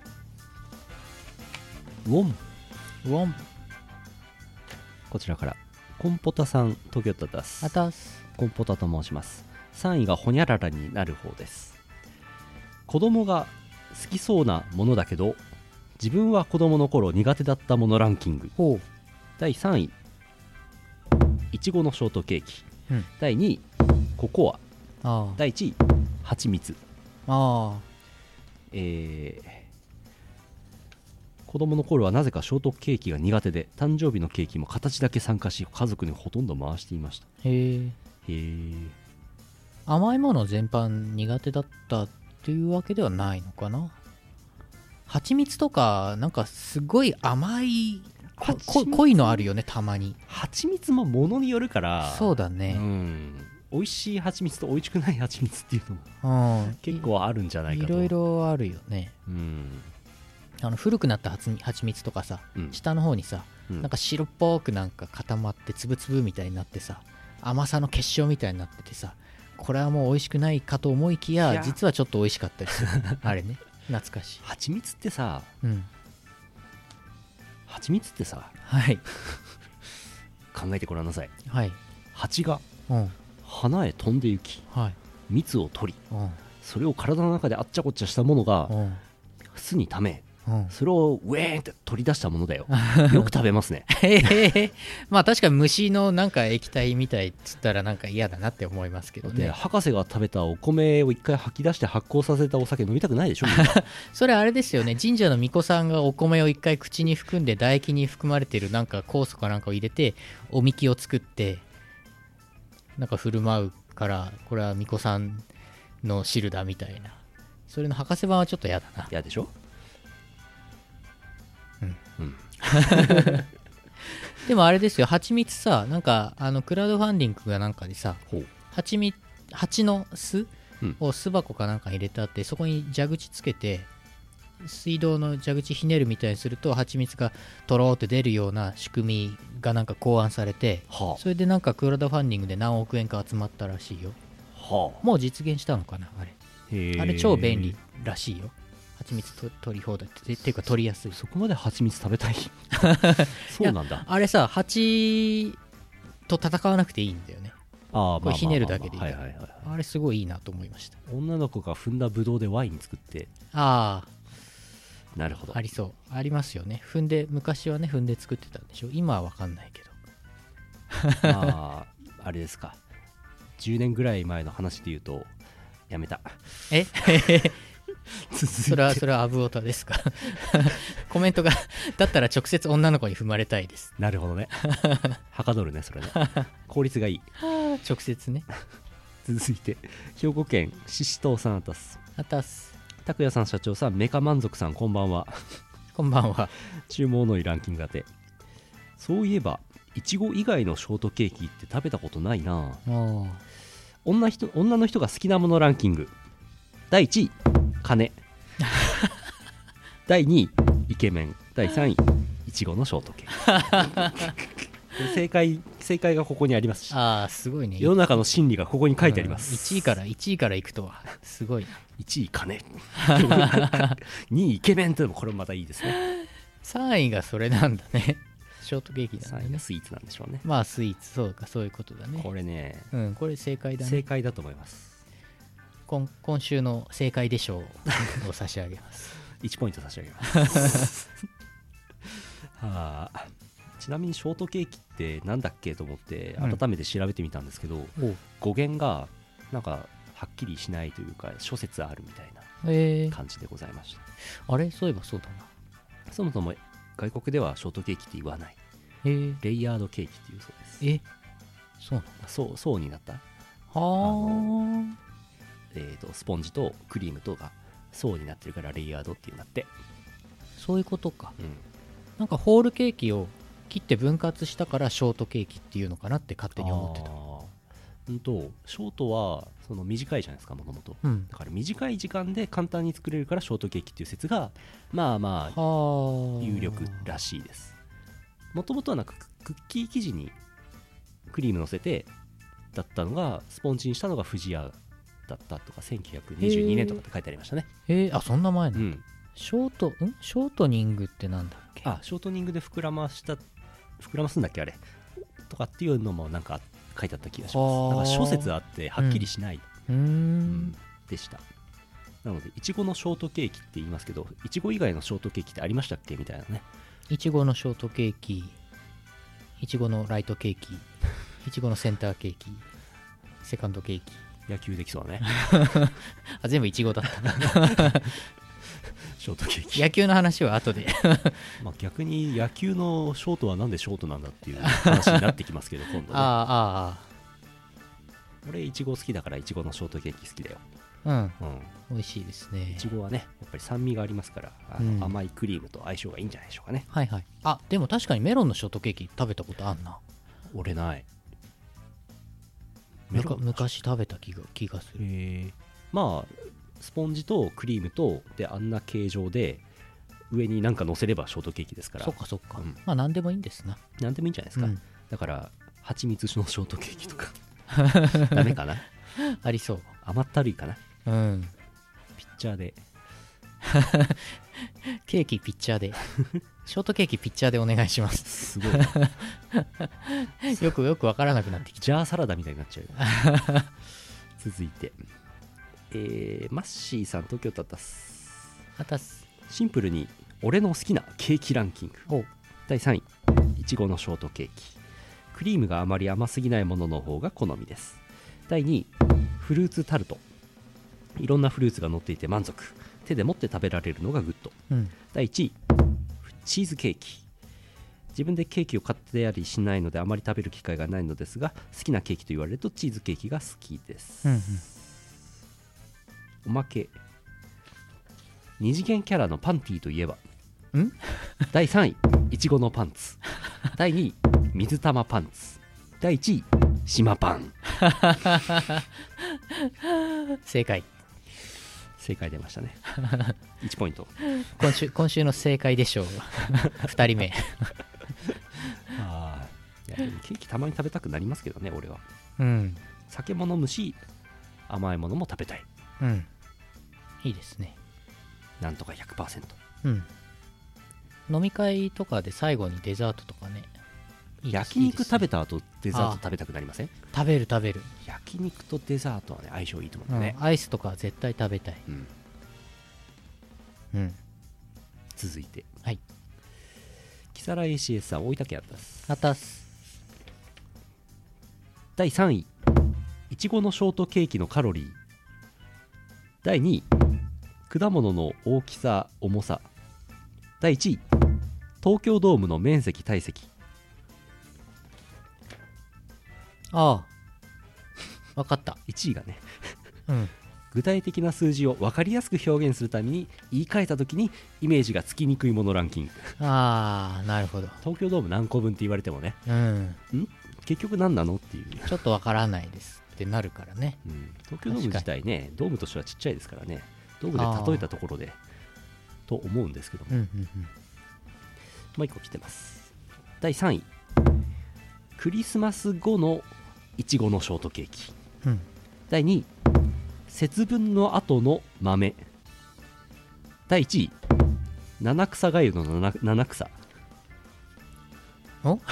ォンウォン、 こちらからコンポタさん、東京都です。 あたす、 コンポタと申します。さんいがホニャララになる方です。子供が好きそうなものだけど自分は子供の頃苦手だったものランキング。 ほう。 だいさんいいちごのショートケーキ、 うん、 だいにいココア、 あだいいちいはちみつ。 ああ、 えー、子供の頃はなぜかショートケーキが苦手で誕生日のケーキも形だけ参加し家族にほとんど回していました。 へえ。 へえ。 甘いもの全般苦手だったっていうわけではないのかな。蜂蜜とかなんかすごい甘いここ濃いのあるよね、たまに。 蜂蜜もものによるから。 そうだね、 うん、美味しい蜂蜜と美味しくない蜂蜜っていうのも、うん、結構あるんじゃないかと。 いろいろあるよね、 うん、 あの古くなった蜂蜜とかさ、うん、下の方にさ、うん、なんか白っぽくなんか固まってつぶつぶみたいになってさ、甘さの結晶みたいになっててさ、これはもう美味しくないかと思いきや実はちょっと美味しかったりするあれね、懐かしい。 蜂蜜ってさ、 うん、 蜂蜜ってさ、 はい、 考えてごらんなさい。 はい、 蜂が、 うん、 花へ飛んで行き、はい、蜜を取り、うん、それを体の中であっちゃこっちゃしたものが、うん、巣にため、うん、それをウェーンって取り出したものだよ。よく食べますね。 まあ確かに虫のなんか液体みたいっつったらなんか嫌だなって思いますけどね。 博士が食べたお米を一回吐き出して発酵させたお酒飲みたくないでしょ。 それあれですよね、神社の巫女さんがお米を一回口に含んで唾液に含まれてるなんか酵素かなんかを入れておみきを作ってなんか振る舞うから、これは巫女さんの汁だみたいな、それの博士版はちょっと嫌だな。 嫌でしょ。 うん、でもあれですよ、蜂蜜さ、なんかあのクラウドファンディングがなんかでさ、蜂蜜蜂の巣を巣箱かなんかに入れてあって、うん、そこに蛇口つけて水道の蛇口ひねるみたいにすると蜂蜜がとろーって出るような仕組みがなんか考案されて、はあ、それでなんかクラウドファンディングで何億円か集まったらしいよ、はあ、もう実現したのかなあれ。あれ超便利らしいよ、蜂蜜と取り放題ってっていうか取りやすい。 そこまで蜂蜜食べたいそうなんだ。 あれさ、蜂と戦わなくていいんだよね。ああ、これひねるだけでいい。あれすごいいいなと思いました。 女の子が踏んだブドウでワイン作って。 ああ、 なるほど。 ありそう、ありますよね。踏んで、昔はね踏んで作ってたんでしょ。今は分かんないけど。まああれですか、じゅうねんぐらい前の話で言うとやめた。えそれはそれはアブオタですか。コメントがだったら直接女の子に踏まれたいです。 なるほどね。はかどるねそれね。効率がいい。 直接ね。 続いて兵庫県ししとうさんあたすあたす拓也さん、社長さん、メカ満足さん、こんばんは。 こんばんは。 注文のいいランキング当て。そういえばいちご以外のショートケーキって食べたことないな。女, 人女の人が好きなものランキング。だいいちい金。だいにいイケメン。だいさんいいちごのショートケーキ。正解正解がここにありますし、 あーすごいね、 世の中の真理がここに書いてあります、うん、 いちいからいちいからいくとはすごいな。 いちい金にいイケメンってのもこれもまたいいですね。 さんいがそれなんだね、ショートケーキだね。 さんいがスイーツなんでしょうね。 まあスイーツ、そうか、そういうことだね。 これね、 うん、これ正解だね。 正解だと思います。 今, 今週の正解でしょうを差し上げます。 いちポイント差し上げます。はあ、ちなみにショートケーキってなんだっけと思って改めて調べてみたんですけど、うん、語源がなんかはっきりしないというか諸説あるみたいな感じでございました。 えー、あれそういえばそうだな。 そもそも外国ではショートケーキって言わない、えー、レイヤードケーキっていうそうです。 えそうなんだ。 そうそうになった。はあ、えーとスポンジとクリームとが層になってるからレイヤードっていうなって。 そういうことか、 うん、 なんかホールケーキを切って分割したからショートケーキっていうのかなって勝手に思ってた。 うんとショートはその短いじゃないですか、もともと。だから短い時間で簡単に作れるからショートケーキっていう説がまあまあ有力らしいです。もともとはなんかクッキー生地にクリーム乗せてだったのがスポンジにしたのが不二家だったとかせんきゅうひゃくにじゅうにねんとかって書いてありましたね。 へえ、あ、そんな前の、うん、ショートんショートニングってなんだっけ。 あ、ショートニングで膨らました膨らますんだっけあれとかっていうのもなんか書いてあった気がします。なんか諸説あってはっきりしない、うん、でした。 なのでいちごのショートケーキって言いますけど、いちご以外のショートケーキってありましたっけみたいなね。 いちごのショートケーキ、いちごのライトケーキ、いちごのセンターケーキ、セカンドケーキ。 野球できそうだね。 あ、全部いちごだったショートケーキ。 野球の話は後でまあ逆に野球のショートはなんでショートなんだっていう話になってきますけど、今度ね。 ああああ俺いちご好きだからいちごのショートケーキ好きだよ。 うん、 うん、 美味しいですね。 いちごはねやっぱり酸味がありますから、あの、 うん、 甘いクリームと相性がいいんじゃないでしょうかね。 はいはい。あ、でも確かにメロンのショートケーキ食べたことあんな。 俺ない。 むか昔食べた気が気がする。 へえ。まあスポンジとクリームとであんな形状で上に何か乗せればショートケーキですから。 そっかそっか、 うん、 まあ何でもいいんですな。 何でもいいんじゃないですか、うん、だから蜂蜜のショートケーキとかダメかな。 ありそう。 甘ったるいかな。 うん。 ピッチャーでケーキピッチャーでショートケーキピッチャーでお願いします。 すごいなよくよく分からなくなってきた。 ジャーサラダみたいになっちゃう続いて、えー、マッシーさん東京タタスあたす。 シンプルに俺の好きなケーキランキング。だいさんいいちごのショートケーキ。クリームがあまり甘すぎないものの方が好みです。だいにいフルーツタルト。いろんなフルーツが乗っていて満足。手で持って食べられるのがグッド、うん、だいいちいチーズケーキ。自分でケーキを買ってやりしないのであまり食べる機会がないのですが、好きなケーキと言われるとチーズケーキが好きです、うんうん、おまけ二次元キャラのパンティといえばんだいさんいいちごのパンツ。だいにい水玉パンツ。だいいちい島パン正解正解出ましたねいちポイント。 今週今週の正解でしょうふたりめあいやでもケーキたまに食べたくなりますけどね俺は。 うん、 酒も飲むし甘いものも食べたい。 うん、いいですね。 なんとか ひゃくパーセント、 うん、飲み会とかで最後にデザートとかね。いい焼肉食べた後デザート食べたくなりません？ 食べる食べる。 焼肉とデザートはね相性いいと思うね、 うん、アイスとかは絶対食べたい。うん、うん、 続いて、 はい、 木更 エーシーエス さん大分県あったすあたす。 だいさんいいちごのショートケーキのカロリー。だいにい果物の大きさ重さ。だいいちい東京ドームの面積体積。 ああ分かったいちいがね、 うん、 具体的な数字を分かりやすく表現するために言い換えたときにイメージがつきにくいものランキング。 ああなるほど。 東京ドーム何個分って言われてもね、 うん、 ん結局何なのっていうちょっと分からないですってなるからね、 うん、東京ドーム自体ねドームとしてはちっちゃいですからね。ドームで例えたところでと思うんですけども、うんうんうん、もう一個来てます。だいさんいクリスマス後のいちごのショートケーキ、うん、だいにい節分の後の豆。だいいちい七草がゆの 7, 七草。 お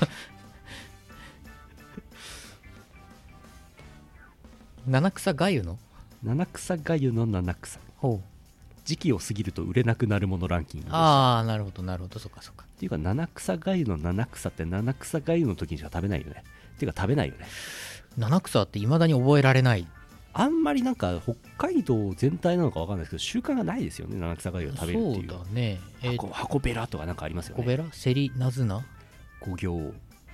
七草がゆの七草がゆの七草。 ほう。 時期を過ぎると売れなくなるものランキングです。 ああなるほどなるほど。そっかそっか。 っていうか七草がゆの七草って七草がゆの時にしか食べないよね。っていうか食べないよね。 七草って未だに覚えられない。 あんまりなんか北海道全体なのか分かんないですけど習慣がないですよね。七草がゆを食べるっていう。 そうだね。 えー、箱, 箱べらとかなんかありますよね。 箱べらセリナズナ五行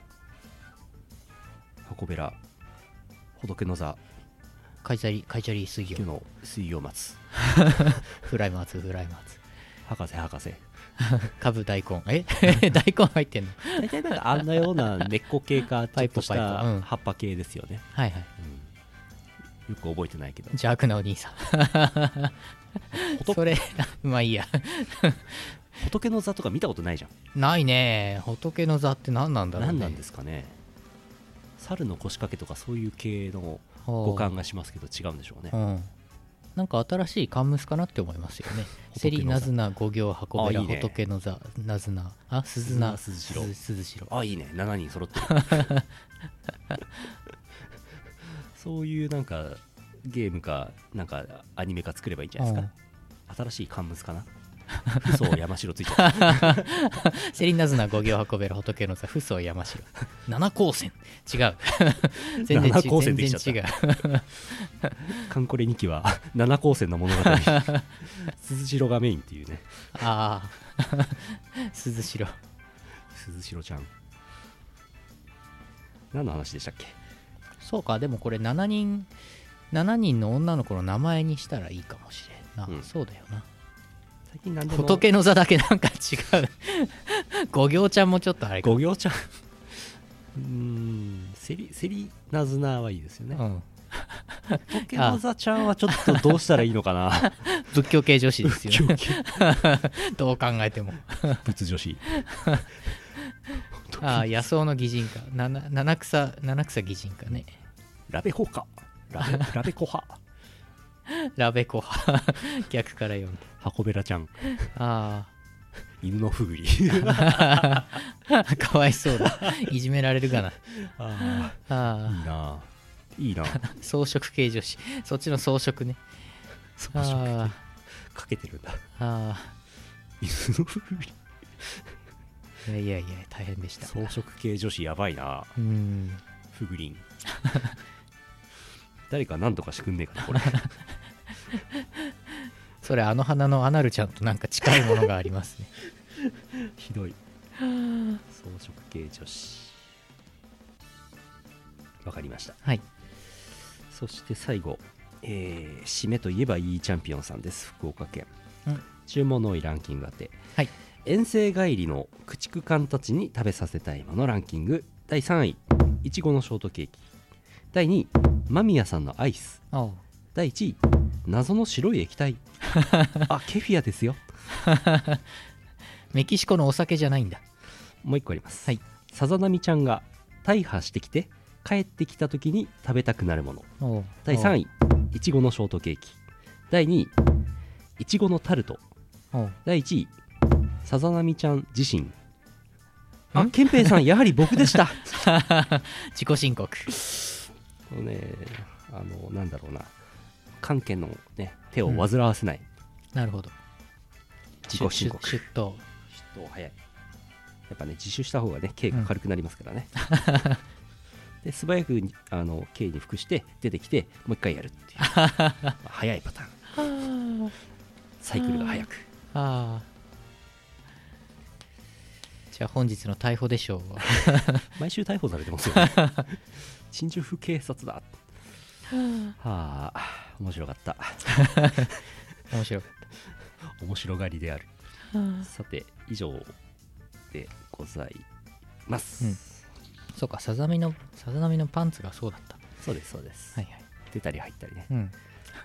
箱べら仏の座カイチャリカイチャリ水曜の水曜松フライ松フライ松博士博士株大根え大根入ってんの大体なんかあんなような根っこ系かちょっとした葉っぱ系ですよね。 はいはい、 うん、よく覚えてないけど邪悪なお兄さんそれまあいいや仏の座とか見たことないじゃん。 ないね。仏の座って何なんだろうね。 何なんですかね。猿の腰掛けとかそういう系の五感がしますけど違うんでしょうね、うん、 なんか新しいカンムスかなって思いますよねセリナズナ五行箱べら仏の座ナズナあ鈴名鈴代鈴代あいいねしちにん揃ってるそういうなんかゲームかなんかアニメか作ればいいんじゃないですか。新しい乾物かな。フソ山城ついちゃったセリナズナ五行運べる仏の座フソ山城七光線違う全然違う全然違うカンコレにきは七光線の物語鈴代がメインっていうね。 ああ鈴代鈴代ちゃん何の話でしたっけ。 そうか、でもこれななにんななにんの女の子の名前にしたらいいかもしれんな、うん、そうだよな。 最近何でも仏の座だけなんか違う五行ちゃんもちょっとあれか。 五行ちゃんうーんセリセリナズナはいいですよね、うん、仏の座ちゃんはちょっとどうしたらいいのかな仏教系女子ですよねどう考えても仏女子ああ野草の擬人か七七草七草擬人かね。 ラベホかラベラベコハラベコハ逆から読んでハコベラちゃん。 ああ犬のふぐりかわいそうだいじめられるかな。 ああいいないいな装飾系女子そっちの装飾ね。 装飾かけてるんだ。ああ犬のふぐりいやいやいや大変でした。 装飾系女子やばいな。 うんふぐりん誰か何とかしてくんねえかなこれそれあの花のアナルちゃんとなんか近いものがありますねひどい装飾系女子わかりました。 はい。 そして最後、えー、締めといえばいいチャンピオンさんです。福岡県、うん、注文の多いランキングあって、 はい、 遠征帰りの駆逐艦たちに食べさせたいものランキングだいさんいいちごのショートケーキ、だいにい間宮さんのアイス、だいいちい謎の白い液体あケフィアですよメキシコのお酒じゃないんだ。 もう一個あります、 はい、 さざ波ちゃんが大破してきて帰ってきた時に食べたくなるもの、だいさんいいちごのショートケーキ、だいにいいちごのタルト、だいいちいさざ波ちゃん自身。あ、ケンペイさんやはり僕でした自己申告。 このね、あのなんだろうな、関係の、ね、手を煩わせない、 うん、なるほど。 自己申告出頭出頭早い。やっぱね自首した方がね刑が軽くなりますからね、うん、で素早くあの刑に服して出てきてもう一回やるっていう早いパターンサイクルが早く。 あじゃあ本日の逮捕でしょう毎週逮捕されてますよね新宿府警察だ。はあ面白かった面白かった面白がりである。さて以上でございます、うん、 そうか、さざ波のさざ波のパンツがそうだった。 そうですそうです、 はいはい、 出たり入ったりね、 うん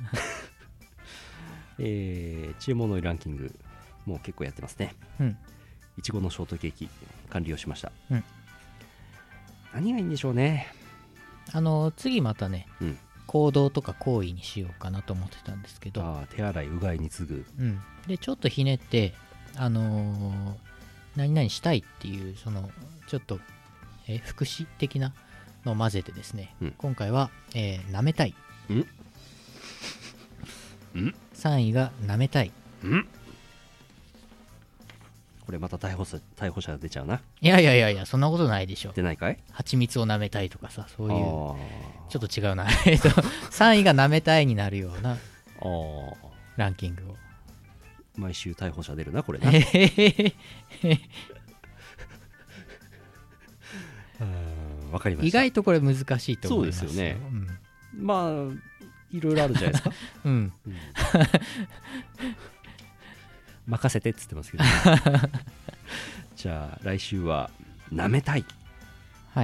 えー、注文のランキングもう結構やってますね。 うんいちごのショートケーキ完了しました、 うん、 何がいいんでしょうね。 あの次またね、うん、行動とか行為にしようかなと思ってたんですけど、 あ手洗いうがいに次ぐ、 うん、でちょっとひねってあのー、何々したいっていうそのちょっとえ福祉的なのを混ぜてですね、うん、今回は、えー、舐めたいんんさんいが舐めたいんこれまた逮捕者、逮捕者出ちゃうな。 いやいやいやいやそんなことないでしょ。 出ないかい。 蜂蜜を舐めたいとかさ、そういうちょっと違うなえっとさんいが舐めたいになるようなランキングを毎週逮捕者出るなこれなわかりました。 意外とこれ難しいと思います。 そうですよね、うん、まあいろいろあるじゃないですかうん、うん任せてっつってますけどじゃあ来週は舐めたい、 はい、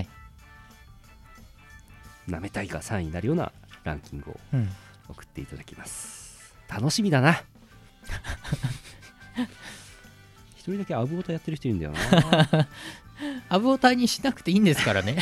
舐めたいがさんいになるようなランキングを送っていただきます、うん、楽しみだな一人だけアブオタやってる人いるんだよなアブオタにしなくていいんですからね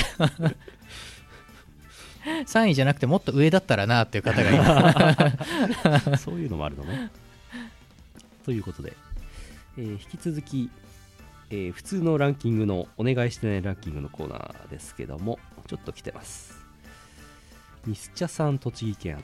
さんいじゃなくてもっと上だったらなっていう方がいるそういうのもあるのねということで、えー、引き続き、えー、普通のランキングのお願いしてないランキングのコーナーですけどもちょっと来てます。ミスチャさん栃木県あたす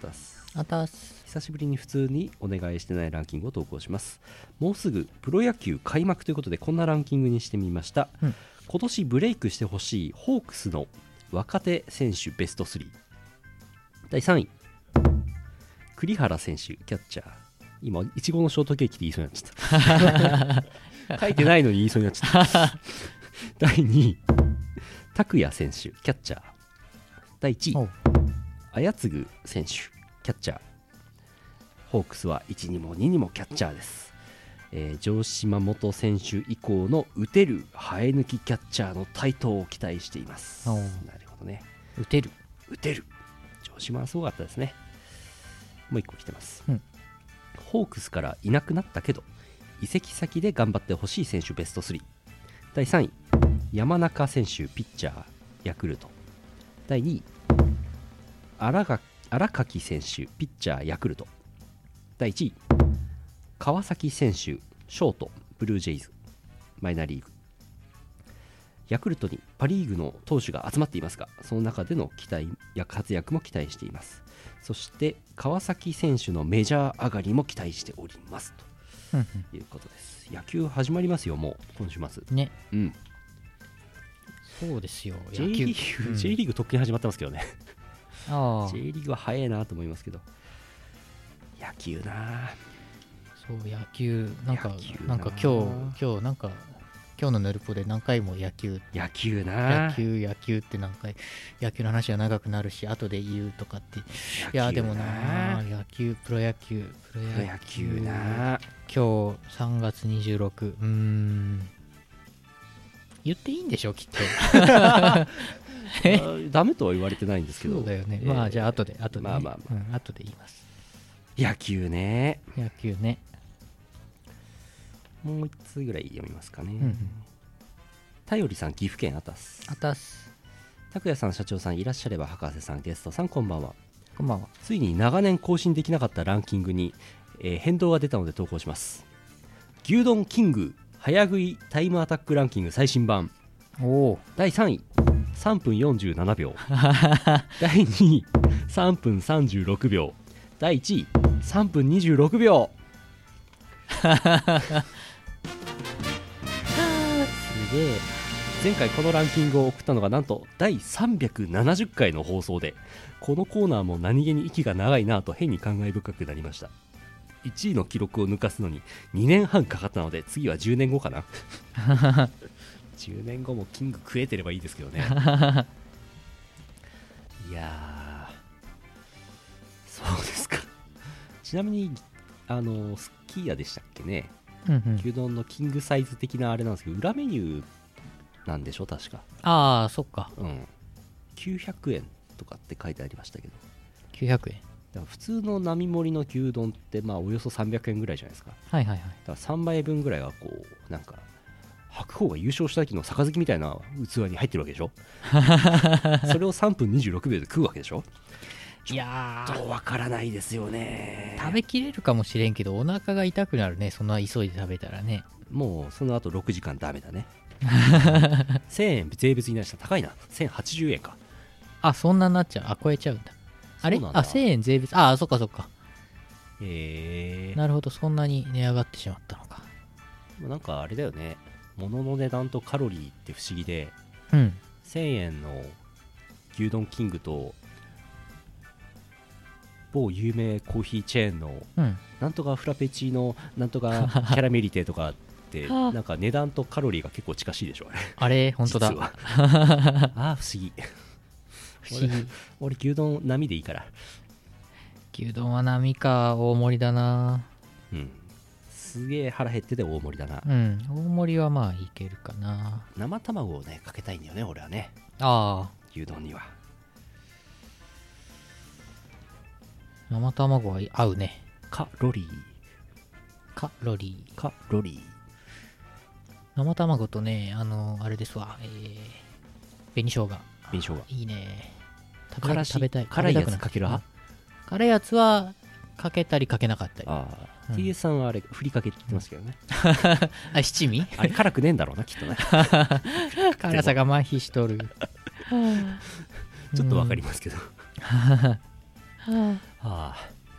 あたす。 久しぶりに普通にお願いしてないランキングを投稿します。もうすぐプロ野球開幕ということでこんなランキングにしてみました、うん、今年ブレイクしてほしいホークスの若手選手ベストスリー。だいさんい栗原選手キャッチャー。今いちごのショートケーキって言いそうになっちゃった書いてないのに言いそうになっちゃっただいにい拓也選手キャッチャー。だいいちい綾継選手キャッチャー。ホークスはいちにもににもキャッチャーです、えー、城島元選手以降の打てる生え抜きキャッチャーの台頭を期待しています。なるほどね。 打てる打てる城島はすごかったですね。もういっこ来てます、うん、ホークスからいなくなったけど移籍先で頑張ってほしい選手ベストスリー。だいさんい山中選手ピッチャーヤクルト。だいにい荒垣選手ピッチャーヤクルト。だいいちい川崎選手ショートブルージェイズマイナーリーグ。ヤクルトにパ・リーグの投手が集まっていますがその中での期待や活躍も期待しています。そして川崎選手のメジャー上がりも期待しておりますということです。野球始まりますよもう今週末ね。 うん、 そうですよ。 J リーグ、うん、J リーグとっくに始まってますけどねあ J リーグは早いなと思いますけど野球な。 そう野球なんかなんか今日今日なんか今日のヌルポで何回も野球野球な野球野球って何回野球の話が長くなるし後で言うとかっていやでもな野球プロ野球プロ野球な。 今日さんがつにじゅうろくうーん言っていいんでしょきっとダメとは言われてないんですけど。 そうだよね、えー、まあじゃあ後で後で、ね、 まあまあまあ、 うん、後で言います。 野球ね野球ね。 もういっつぐらい読みますかね、うんうん、たよりさん岐阜県あたすあたす。 拓也さん社長さんいらっしゃれば博士さんゲストさんこんばんは。 こんばんは。 ついに長年更新できなかったランキングに、えー、変動が出たので投稿します。牛丼キング早食いタイムアタックランキング最新版。 おだいさんいさんぷんよんじゅうななびょうだいにいさんぷんさんじゅうろくびょうだいいちいさんぷんにじゅうろくびょうすげえ。前回このランキングを送ったのがなんとだいさんびゃくななじゅっかいの放送でこのコーナーも何気に息が長いなと変に感慨深くなりました。いちいの記録を抜かすのににねんはんかかったので次はじゅうねんごかなじゅうねんごもキング食えてればいいですけどねいやそうですか。ちなみにあのスキーヤでしたっけね、うんうん、牛丼のキングサイズ的なあれなんですけど裏メニューなんでしょ確か。 ああそっか、 うん、きゅうひゃくえんとかって書いてありましたけどきゅうひゃくえんだから普通の並盛りの牛丼ってまあおよそさんびゃくえんぐらいじゃないですか。 はいはいはい。だからさんばいぶんぐらいはこうなんか白鵬が優勝した時の杯みたいな器に入ってるわけでしょそれをさんぷんにじゅうろくびょうで食うわけでしょ。 いやーわからないですよね。 食べきれるかもしれんけどお腹が痛くなるねそんな急いで食べたらね。 もうその後ろくじかんダメだねせんえん税別になしたら高いなせんはちじゅうえんか。 あそんなになっちゃう。あ超えちゃうんだ。あれあせんえん税別あそっかそっか。 へえー、 なるほどそんなに値上がってしまったのか。 なんかあれだよね物の値段とカロリーって不思議で、 うん、 せんえんの牛丼キングと某有名コーヒーチェーンの、うん、なんとかフラペチーノなんとかキャラメリテとかってなんか値段とカロリーが結構近しいでしょあれ。 あれ本当だあ不思議不思議 俺, 俺牛丼並でいいから。 牛丼は並か大盛りだな。 うんすげえ腹減ってて大盛りだな。 うん大盛りはまあいけるかな。 生卵をねかけたいんだよね俺はね。 ああ牛丼には生卵は合うね。 カロリーカロリーカロリー生卵とねあのあれですわ、えー、紅生姜紅生姜いいね。 食べ食べたい。辛いやつかける派。 辛いやつはかけたりかけなかったり。 ああ、うん、ティーエス さんはあれふりかけって言ってますけどねあ七味あれ辛くねえんだろうなきっとね辛さが麻痺しとるちょっとわかりますけどはあ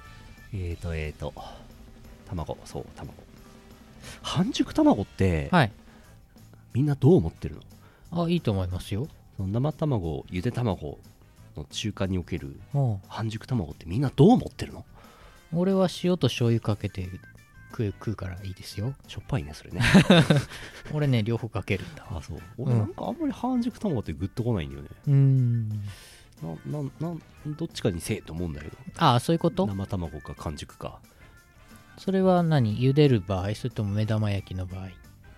えーとえーと卵、そう卵、半熟卵ってはい。 みんなどう思ってるの？ あ、いいと思いますよ。 その生卵、ゆで卵の中間におけるうん。 半熟卵ってみんなどう思ってるの？ 俺は塩と醤油かけて食う食うからいいですよ。 しょっぱいねそれね。 俺ね、両方かけるんだ。 あ、そう。俺なんかあんまり半熟卵ってグッとこないんだよね。 うーん。 な、な、な、どっちかにせえと思うんだけど。 ああ、そういうこと？ 生卵か完熟か。 それは何？茹でる場合、それとも目玉焼きの場合？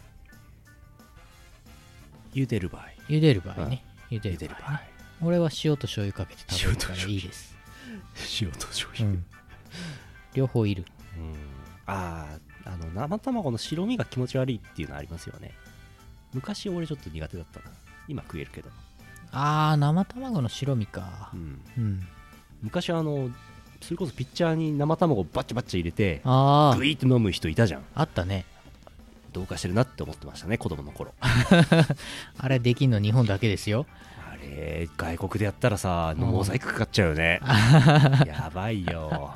茹でる場合。 茹でる場合ね。茹で茹でる場合る場合ね。。俺は塩と醤油かけて食べるからいいです。 塩と醤油。 うん。両方いる。 うんああ、あの生卵の白身が気持ち悪いっていうのありますよね。昔俺ちょっと苦手だったな。今食えるけど。 ああ、生卵の白身かう。ん、 うん。 昔あのそれこそピッチャーに生卵バッチバッチ入れてあグイーって飲む人いたじゃん。 あ、あったね。 どうかしてるなって思ってましたね、子供の頃。 あれできんの日本だけですよ。 あれ外国でやったらさモザイクかかっちゃうよね。やばいよ。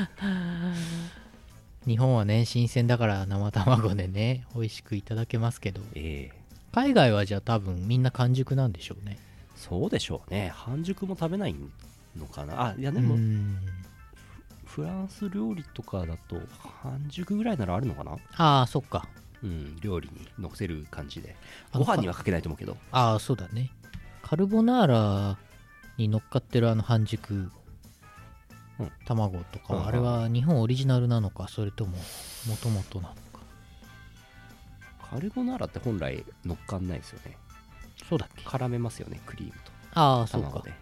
日本はね、新鮮だから生卵でね、美味しくいただけますけど、 ええ海外はじゃあ多分みんな完熟なんでしょうね。 そうでしょうね。半熟も食べないのかな。あいやでうもん。 フランス料理とかだと半熟ぐらいならあるのかな。 ああ、そっか。 うん料理に乗せる感じで。 あご飯にはかけないと思うけど。 ああ、そうだね。カルボナーラに乗っかってるあの半熟うん卵とかは、 うんあれは日本オリジナルなのか、それとももともとなのか。 カルボナーラって本来乗っかんないですよね。 そうだっけ？ 絡めますよね、クリームとああ、そうか。 卵で。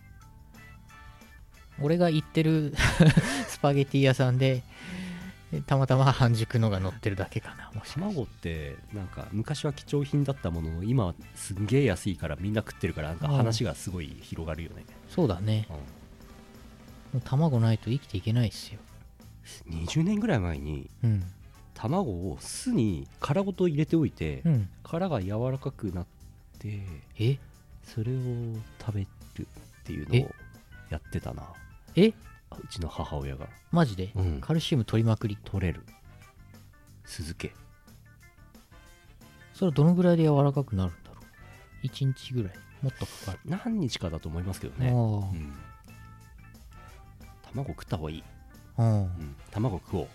俺が行ってるスパゲティ屋さんでたまたま半熟のが乗ってるだけかな。もし卵ってなんか昔は貴重品だったものの今はすんげえ安いからみんな食ってるからなんか話がすごい広がるよね。 そうだね。 うんもう卵ないと生きていけないっすよ。 にじゅうねんぐらい前にうん。 卵を巣に殻ごと入れておいて、 うん。 殻が柔らかくなってえそれを食べるっていうえのをやってたな。 えうちの母親が。 マジで、 うんカルシウム取りまくり。 取れる酢漬け。 それはどのぐらいで柔らかくなるんだろう。いちにちぐらいもっとかかる。 何日かだと思いますけどね。 あうん卵食った方がいい。 あ、うんうん、卵食おう。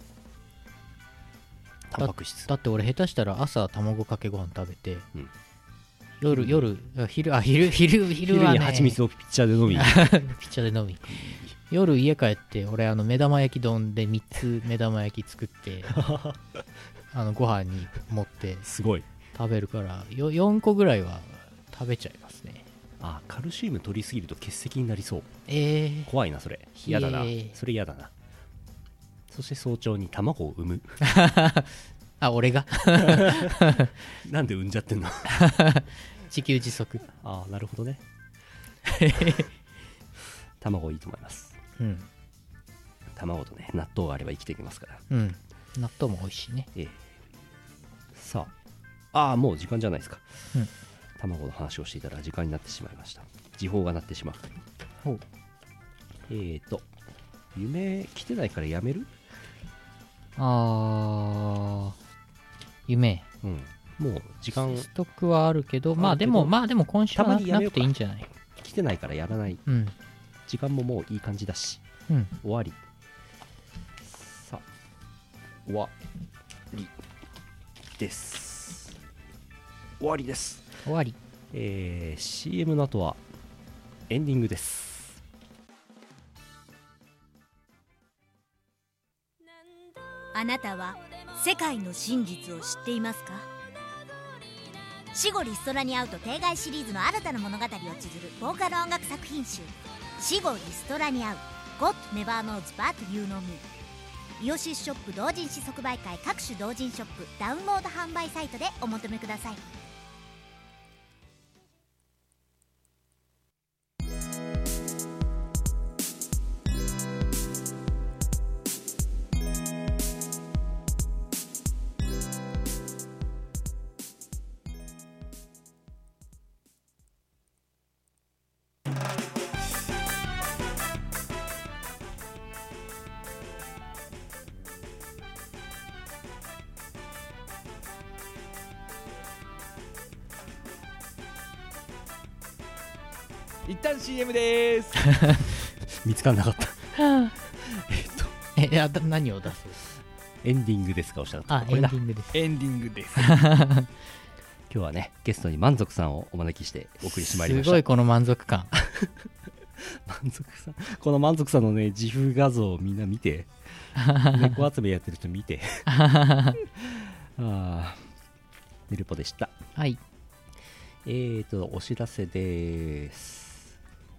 タンパク質。 だって俺下手したら朝卵かけご飯食べて、 うん夜夜あ昼あ昼昼昼昼はねに蜂蜜をピッチャーで飲みピッチャーで飲み夜家帰って俺あの目玉焼き丼でみっつ目玉焼き作ってあのご飯に持ってすごい。 食べるからよよんこぐらいは食べちゃいますね。 あ、カルシウム取りすぎると結石になりそう。 えー、 怖いなそれ。嫌だなひえーそれ嫌だな。そして早朝に卵を産む。 あ俺がなんで産んじゃってんの？ 自給自足。 ああなるほどね。卵いいと思います。 うん卵とね納豆があれば生きていけますから。 うん納豆も美味しいね。 ええさあああもう時間じゃないですか。 うん卵の話をしていたら時間になってしまいました。時報が鳴ってしまう。 ほうえーと夢来てないからやめる？ あー夢うんもう時間ストックはあるけどまあでもまあでも今週はたまにやなくめようかていいんじゃない？ 来てないからやらない。 うん時間ももういい感じだしうん終わり。さあ終わりです終わりです。 終わり。 えー、シーエム の後はエンディングです。 あなたは世界の真実を知っていますか？死後リストラに会うと定外シリーズの新たな物語を綴るボーカル音楽作品集死後リストラに会う God Never Knows But You Know Me イオシスショップ同人誌即売会各種同人ショップダウンロード販売サイトでお求めください。 一旦 シーエム でーす見つからなかったえっとえいやだ何を出そう。 エンディングですかおっしゃったあ、エンデこれだィングです。 エンディングです今日はねゲストに満足さんをお招きしてお送りしてまいりました。 すごいこの満足感。 満足さんこの満足さんのね自負画像をみんな見て猫集めやってる人見てああネルポでした。 はい。 えーとお知らせです。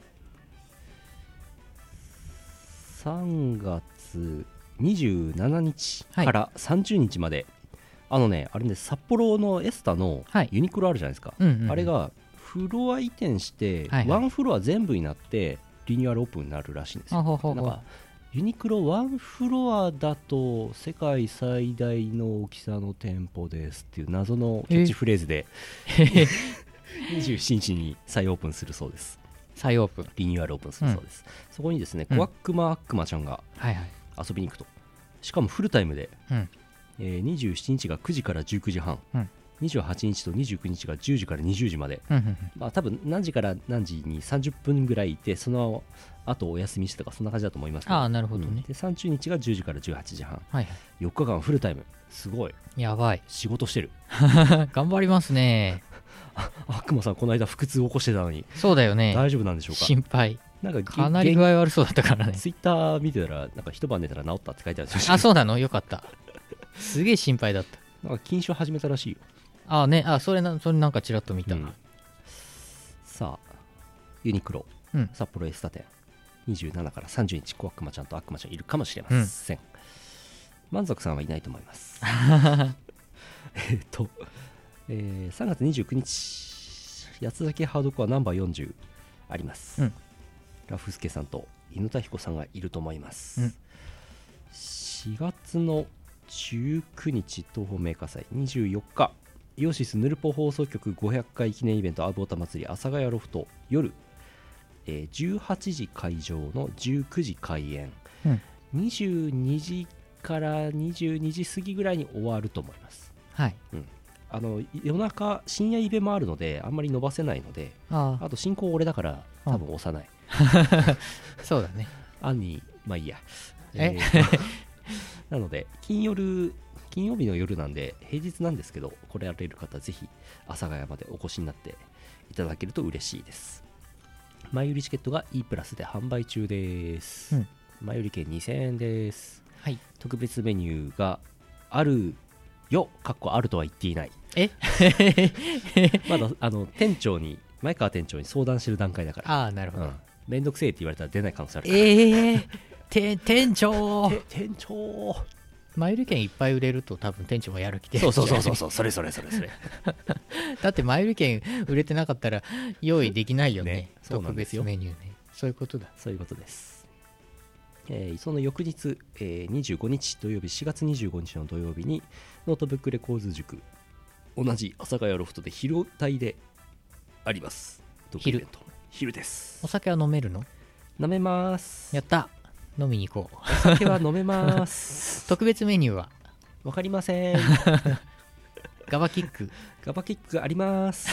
さんがつにじゅうしちにちからさんじゅうにちまで、はい、あのねあれね札幌のエスタのユニクロあるじゃないですか、 はいうんうんうん、 あれがフロア移転して、はいはい、ワンフロア全部になってリニューアルオープンになるらしいんですよ。 ほうほうほう、 なんかユニクロワンフロアだと世界最大の大きさの店舗ですっていう謎のキャッチフレーズでにじゅうしちにちに再オープンするそうです。 再オープンリニューアルオープンするそうです、うん、そこにですねコアックマアックマちゃんが遊びに行くと、しかもフルタイムで、うんえー、にじゅうしちにちがくじからじゅうくじはん、うん、にじゅうはちにちとにじゅうくにちがじゅうじからにじゅうじまで、うんうんうんまあ、多分何時から何時にさんじゅっぷんぐらいいてその後お休みしてとかそんな感じだと思いますけど。 ああなるほどね、うん、 でさんじゅうにちがじゅうじからじゅうはちじはん、はいはい、よっかかんフルタイムすごいやばい仕事してる頑張りますねあ悪魔さんこの間腹痛を起こしてたのにそうだよね大丈夫なんでしょうか。 心配なんかかなり具合悪そうだったからね。 ツイッター見てたらなんか一晩寝たら治ったって書いてあるんですよ。あそうなのよかったすげえ心配だった。 なんか禁酒を始めたらしいよ。 ああねあそれなそれなんかちらっと見た、うん、 さあユニクロ、うん、札幌エスタ店にじゅうしちからさんじゅうにちコアックマちゃんとアックマちゃんいるかもしれません、うん、満足さんはいないと思いますえっと、えー、さんがつにじゅうくにち八つ崎ハードコアナンバーよんじゅうあります、うん、ラフスケさんと犬田彦さんがいると思います、うん、しがつのじゅうくにち東宝メーカー祭にじゅうよっかイオシスヌルポ放送局ごひゃっかい記念イベントアボータ祭り阿佐ヶ谷ロフト夜、えー、じゅうはちじ会場のじゅうくじ開演、うん、にじゅうにじからにじゅうにじ過ぎぐらいに終わると思います。 はい、 うん、あの夜中深夜イベもあるのであんまり伸ばせないので あ, あと進行俺だから多分押さないそうだね案にまあいいや、えー、なので金夜金曜日の夜なんで平日なんですけどこれやれる方ぜひ阿佐ヶ谷までお越しになっていただけると嬉しいです。前売りチケットが E プラスで販売中です、うん、前売り券にせんえんです、はい、特別メニューがあるよかっこあるとは言っていないえまだあの店長に前川店長に相談してる段階だから。 ああなるほど、 うん、めんどくせえって言われたら出ない可能性あるから。ええー、て店長店長前売り券いっぱい売れると多分店長もやる気でそうそうそうそうそうそれそれそれそれだって前売り券売れてなかったら用意できないよね。ねそうなんですよ特別メニューね。そういうことだ。 そういうことです、えー、その翌日、えー、にじゅうごにち土曜日しがつにじゅうごにちの土曜日にノートブックレコーズ塾同じ阿佐ヶ谷ロフトで昼帯であります。 昼昼です。 お酒は飲めるの？ 飲めます。 やった飲みに行こう。 お酒は飲めます特別メニューはわかりませんガバキックガバキックあります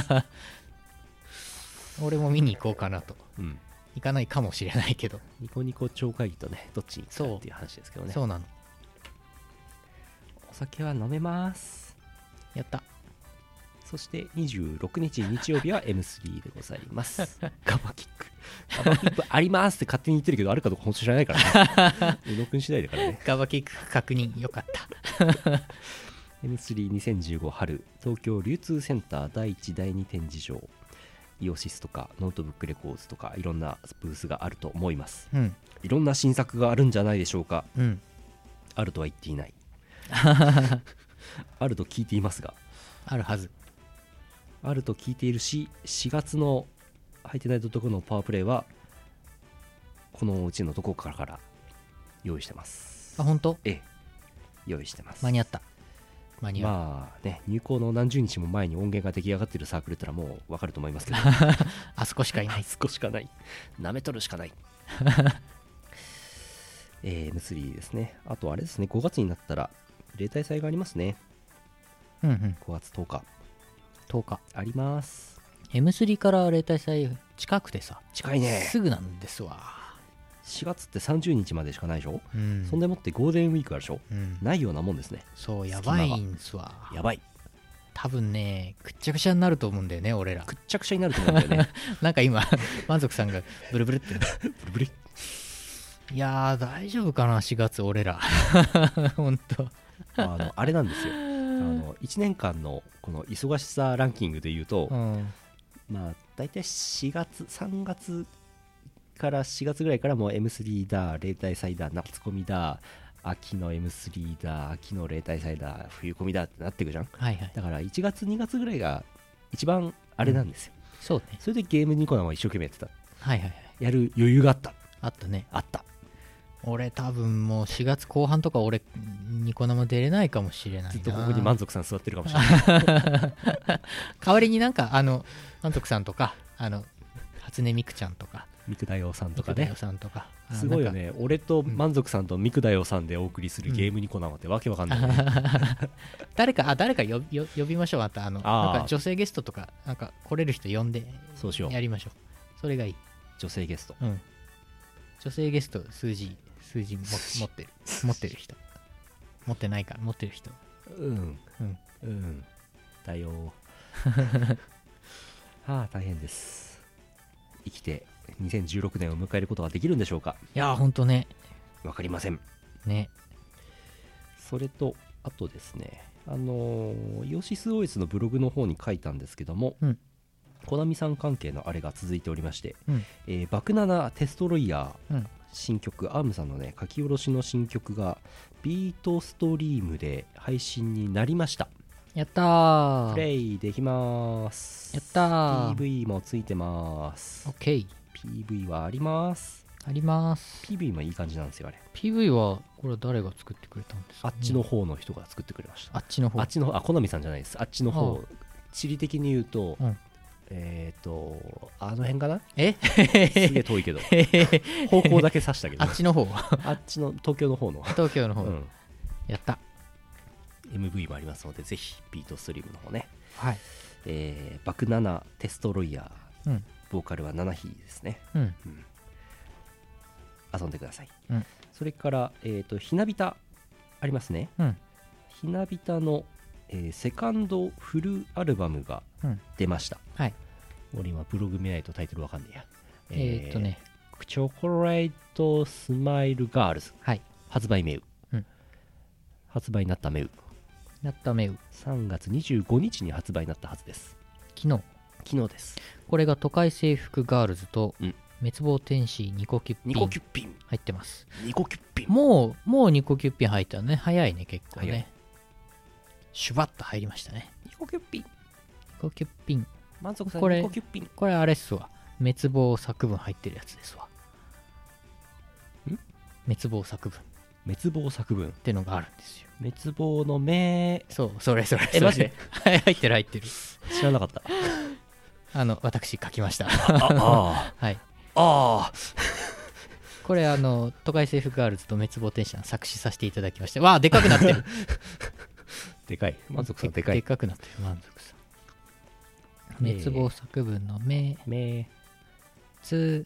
俺も見に行こうかなと、うん、行かないかもしれないけどニコニコ超会議とねどっちに行くかっていう話ですけどね。 そうなの。 お酒は飲めます。 やった。 そしてにじゅうろくにち日曜日は エムスリー でございますガバキックガバキックありますって勝手に言ってるけどあるかどうか本当知らないからね宇野くん次第だからね。 ガバキック確認よかったエムスリーにせんじゅうご 春東京流通センターだいいちだいに展示場イオシスとかノートブックレコーズとかいろんなブースがあると思います、うん、いろんな新作があるんじゃないでしょうか、うん、あるとは言っていないあると聞いていますがあるはずあると聞いているししがつのハイテナイドットコムのパワープレイはこのうちのどこかから用意してます。 あ本当？ ええ用意してます。 間に合った間に合う。 まあね入校の何十日も前に音源が出来上がっているサークルってのはもう分かると思いますけどあそこしかいないあそこしかないなめとるしかないえー、エムスリー ですね。あとあれですねごがつになったら例大祭がありますね。 うんうんごがつとおかとおかあります。 エムスリー から例大祭近くてさ、 近いね。 すぐなんですわ。 しがつってさんじゅうにちまでしかないでしょ、 うん、 そんでもってゴールデンウィークあるでしょ、 うん、 ないようなもんですね。 そう、やばいんすわ。 やばい。 多分ね、くっちゃくちゃになると思うんだよね、俺ら。 くっちゃくちゃになると思うんだよね。 なんか今、満足さんがブルブルって。ブルブル。 いやー、大丈夫かな、しがつ、俺ら。ほんと。 あの、あれなんですよ。あの、いちねんかんのこの忙しさランキングで言うと、うん、まあ、大体しがつ、さんがつからしがつぐらいからもう エムスリー だ、例大祭だ、夏コミだ、秋の エムスリー だ、秋の例大祭だ、冬コミだってなっていくじゃん、 はいはい、 だからいちがつにがつぐらいが一番あれなんですよ、 うん、そうね。 それでゲームニコ生は一生懸命やってた。 はいはいはい。 やる余裕があった。 あったね。 あった。 俺多分もうしがつこう半とか俺ニコ生出れないかもしれないな。 ずっとここに満足さん座ってるかもしれない代わりになんかあの満足さんとかあの初音ミクちゃんとかミク大王さんとかね、 ミク大王さんとかすごいよね。俺と満足さんとミク大王さんでお送りするゲームニコ生ってわけわかんない、ね、うん、 誰かあ誰か呼び、呼びましょう。またあのあなんか女性ゲストとかなんか来れる人呼んでそうしよう。 やりましょう。それがいい。 女性ゲスト、 うん、女性ゲスト数字数字も持ってる持ってる人持ってないから持ってる人うんうんうんだよはあ大変です。生きてにせんじゅうろくねんを迎えることができるんでしょうか。 いやーほんとね、 わかりませんね。 それとあとですね、あのー、イオシス オーエス のブログの方に書いたんですけども、うん、コナミさん関係のあれが続いておりまして、うん、えー、バクナナテストロイヤー、うん、新曲アームさんのね書き下ろしの新曲がビートストリームで配信になりました。 やったー。 プレイできます。 やったー。 ピーブイ もついてます。 OK。 ピーブイ はありますあります。 ピーブイ もいい感じなんですよ。あれピーブイ はこれは誰が作ってくれたんですか、ね、 あっちの方の人が作ってくれました。 あっちの方。 あっちの方、あ、コナミさんじゃないです。あっちの方、地理的に言うと、うん、えっ、ー、とあの辺かな。 えすげえ遠いけど方向だけ指したけどあっちの方あっちの東京の方の東京の方、うん、やった。 エムブイ もありますのでぜひビートストリームの方ね。 はい。 えー、バクナナテストロイヤー、うん、ボーカルはナナヒーですね、うんうん、遊んでください、うん、それから、えーと、ひなびたありますね、うん、ひなびたの、えー、セカンドフルアルバムが出ました、うん、はい。俺今ブログ見ないとタイトルわかんねえや。 えー、っとねチョコレートスマイルガールズ、はい、発売メウ、うん、発売になったメウなったメウさんがつにじゅうごにちに発売になったはずです。 昨日昨日です。 これが都会制服ガールズと、うん、滅亡天使ニコキュッピン、ニコキュッピン入ってます。 ニコキュッピンもうもうニコキュッピン入ったね。早いね結構ね。シュバッと入りましたね。 ニコキュッピンニコキュッピン満足さん。 これニコキュッピンこれあれっすわ。滅亡作文入ってるやつですわ。 ん滅亡作文滅亡作文ってのがあるんですよ。 滅亡の名。 そうそれそれそれ。 えマジで入ってる入ってる。 知らなかった。 あの私書きました。 ああはい。 ああこれあの都会制服ガールズと滅亡天使の作詞させていただきました。わあでかくなってる。 でかい。満足さんでかい。 でかくなってる満足さん。滅亡作文の名名つ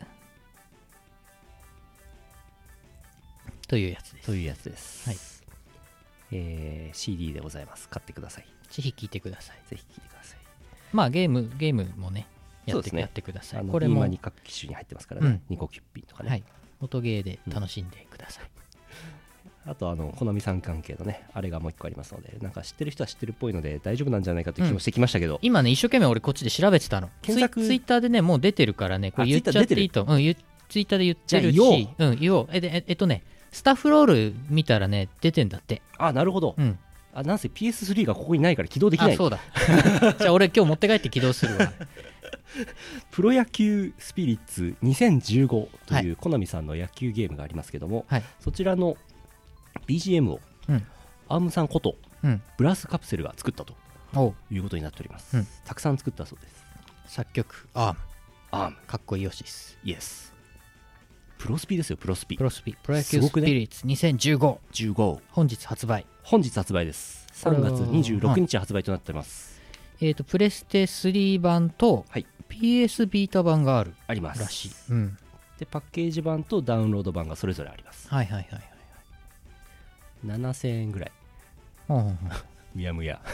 というやつです。 というやつです。はい。えー、シーディー でございます。買ってください。 ぜひ聴いてください。 ぜひ聴いてください。まあゲームゲームもねやって、ね、やってください。 これも今に各機種に入ってますからね。うん、ニコキュッピンとかね。はい。 音ゲーで楽しんでください。 うん、あとあのコナミさん関係のねあれがもう一個ありますので、なんか知ってる人は知ってるっぽいので大丈夫なんじゃないかという気もしてきましたけど、うん、 今ね一生懸命俺こっちで調べてたの。検索ツイッターでねもう出てるからねこれ言っちゃっていいと。うん、ツイッターで言ってるし、うん、言おう。えでええっとねスタッフロール見たらね出てんだって。 あ、なるほど。うん。あ、なんせ ピーエススリー がここにないから起動できない。 あ、そうだ。じゃあ俺今日持って帰って起動するわ。 プロ野球スピリッツにせんじゅうごというコナミさんの野球ゲームがありますけども、はい、そちらの ビージーエム を、うん、アームさんこと、うん、ブラスカプセルが作ったということになっております、うん、たくさん作ったそうです。 作曲アームアームかっこいいよしです。 イエス。プロスピですよ。プロスピプロスピプロ野球スピリッツにせんじゅうご、 じゅうご本日発売。 本日発売です。さんがつにじゅうろくにち発売となっています。 えーとプレステスリー版と、 はい、 ピーエス ビータ版があるありますらしい、うん、 でパッケージ版とダウンロード版がそれぞれあります。 はいはいはいはい。 ななせんえんぐらい。 うんうんうん、 むやむや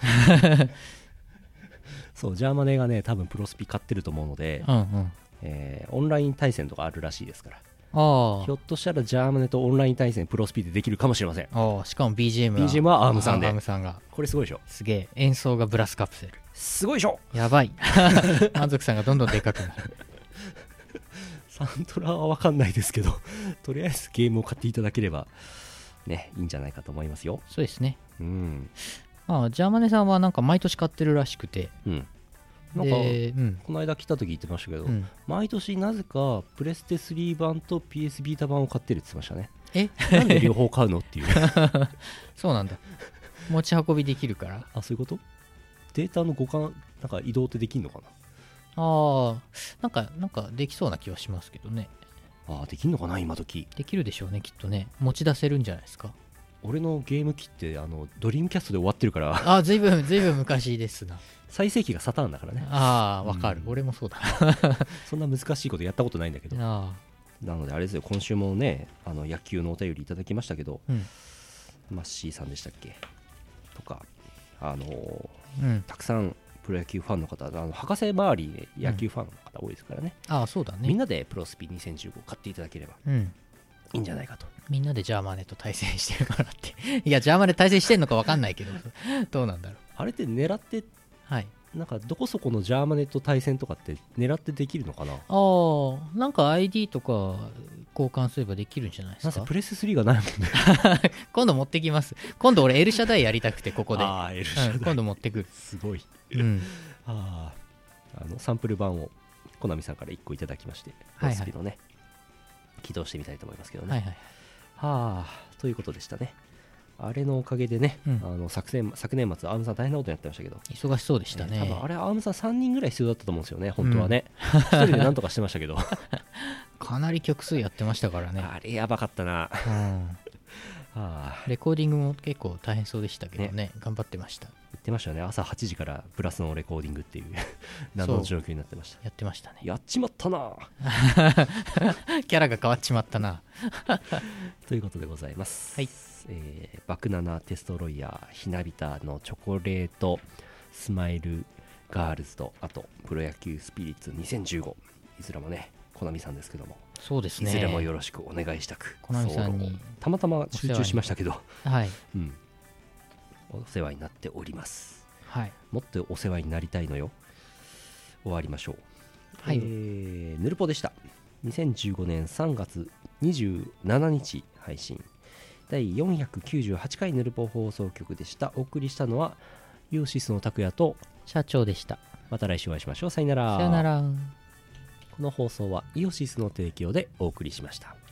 そうジャーマネがね多分プロスピ買ってると思うので、 うんうん、 えーオンライン対戦とかあるらしいですから、 あひょっとしたらジャーマネとオンライン対戦プロスピでできるかもしれません。 あしかも ビージーエム はビージーエム はアームさんで、 アームさんがこれすごいでしょ。 すげえ、演奏がブラスカプセルすごいでしょ。 やばい満足さんがどんどんでかくなるサントラは分かんないですけどとりあえずゲームを買っていただければねいいんじゃないかと思いますよ。 そうですね。 うん、 まあジャーマネさんはなんか毎年買ってるらしくて、 うん、なんか、 で、うん、 この間来た時言ってましたけど、 うん、 毎年なぜかプレステスリー版と ピーエス ビータ版を買ってるって言ってましたね。 えなんで両方買うのっていうそうなんだ、持ち運びできるから。 あ、そういうこと。データの互換なんか移動ってできるのかな。 ああ、なんかなんかできそうな気はしますけどね。 ああ、できんのかな今時。 できるでしょうねきっとね。持ち出せるんじゃないですか。 俺のゲーム機ってあのドリームキャストで終わってるからああ、ずいぶんずいぶん昔ですな。 最盛期がサターンだからね。 ああ、わかる、 うん、 俺もそうだそんな難しいことやったことないんだけど。 あなのであれですよ、今週もねあの野球のお便りいただきましたけど、 うん、 マッシーさんでしたっけとか、あのーうん、 たくさんプロ野球ファンの方、あの博士周りで野球ファンの方多いですからね、 うん、ああそうだね。 みんなでプロスピにせんじゅうごを買っていただければうんいいんじゃないかと。 みんなでジャーマネと対戦してるからっていやジャーマネ対戦してんのか分かんないけどどうなんだろう。 あれって狙って、 はい、 なんかどこそこのジャーマネと対戦とかって狙ってできるのかな。 ああ、なんか アイディー とか交換すればできるんじゃないですか。 なぜプレススリーがないもんね今度持ってきます。今度俺 L 社台やりたくてここで。 ああ L 社台、 うん、今度持ってくる。 すごい、 うん、 ああのサンプル版をコナミさんからいっこいただきまして、プロスピのね、はいはい、起動してみたいと思いますけどね。 はいはい、 はあ、ということでしたね。あれのおかげでね、うん、あの 昨年、昨年末アームさん大変なことになってましたけど、 忙しそうでしたね。 えー、多分あれアームさんさんにんぐらい必要だったと思うんですよね本当はね、うん、ひとりでなんとかしてましたけどかなり曲数やってましたからね。 あれやばかったな、うん、はあ、レコーディングも結構大変そうでしたけど ね, ね頑張ってました。 言ってましたね、朝はちじからプラスのレコーディングっていう謎の状況になってました。 やってましたね。 やっちまったなキャラが変わっちまったなということでございます。 はい、 えー、バクナナテストロイヤー、ひなびたのチョコレートスマイルガールズと、あとプロ野球スピリッツにせんじゅうご、いずれもねコナミさんですけども、 そうですね、 いずれもよろしくお願いしたく、 コナミさんにたまたま集中しましたけど、 はい、 うん、お世話になっております。 はい、 もっとお世話になりたいのよ。終わりましょう。 はい、 えー、ヌルポでした。にせんじゅうごねんさんがつにじゅうしちにち配信、だいよんひゃくきゅうじゅうはちかいヌルポ放送局でした。お送りしたのはイオシスの拓也と社長でした。 また来週お会いしましょう。さよなら。 さよなら。 この放送はイオシスの提供でお送りしました。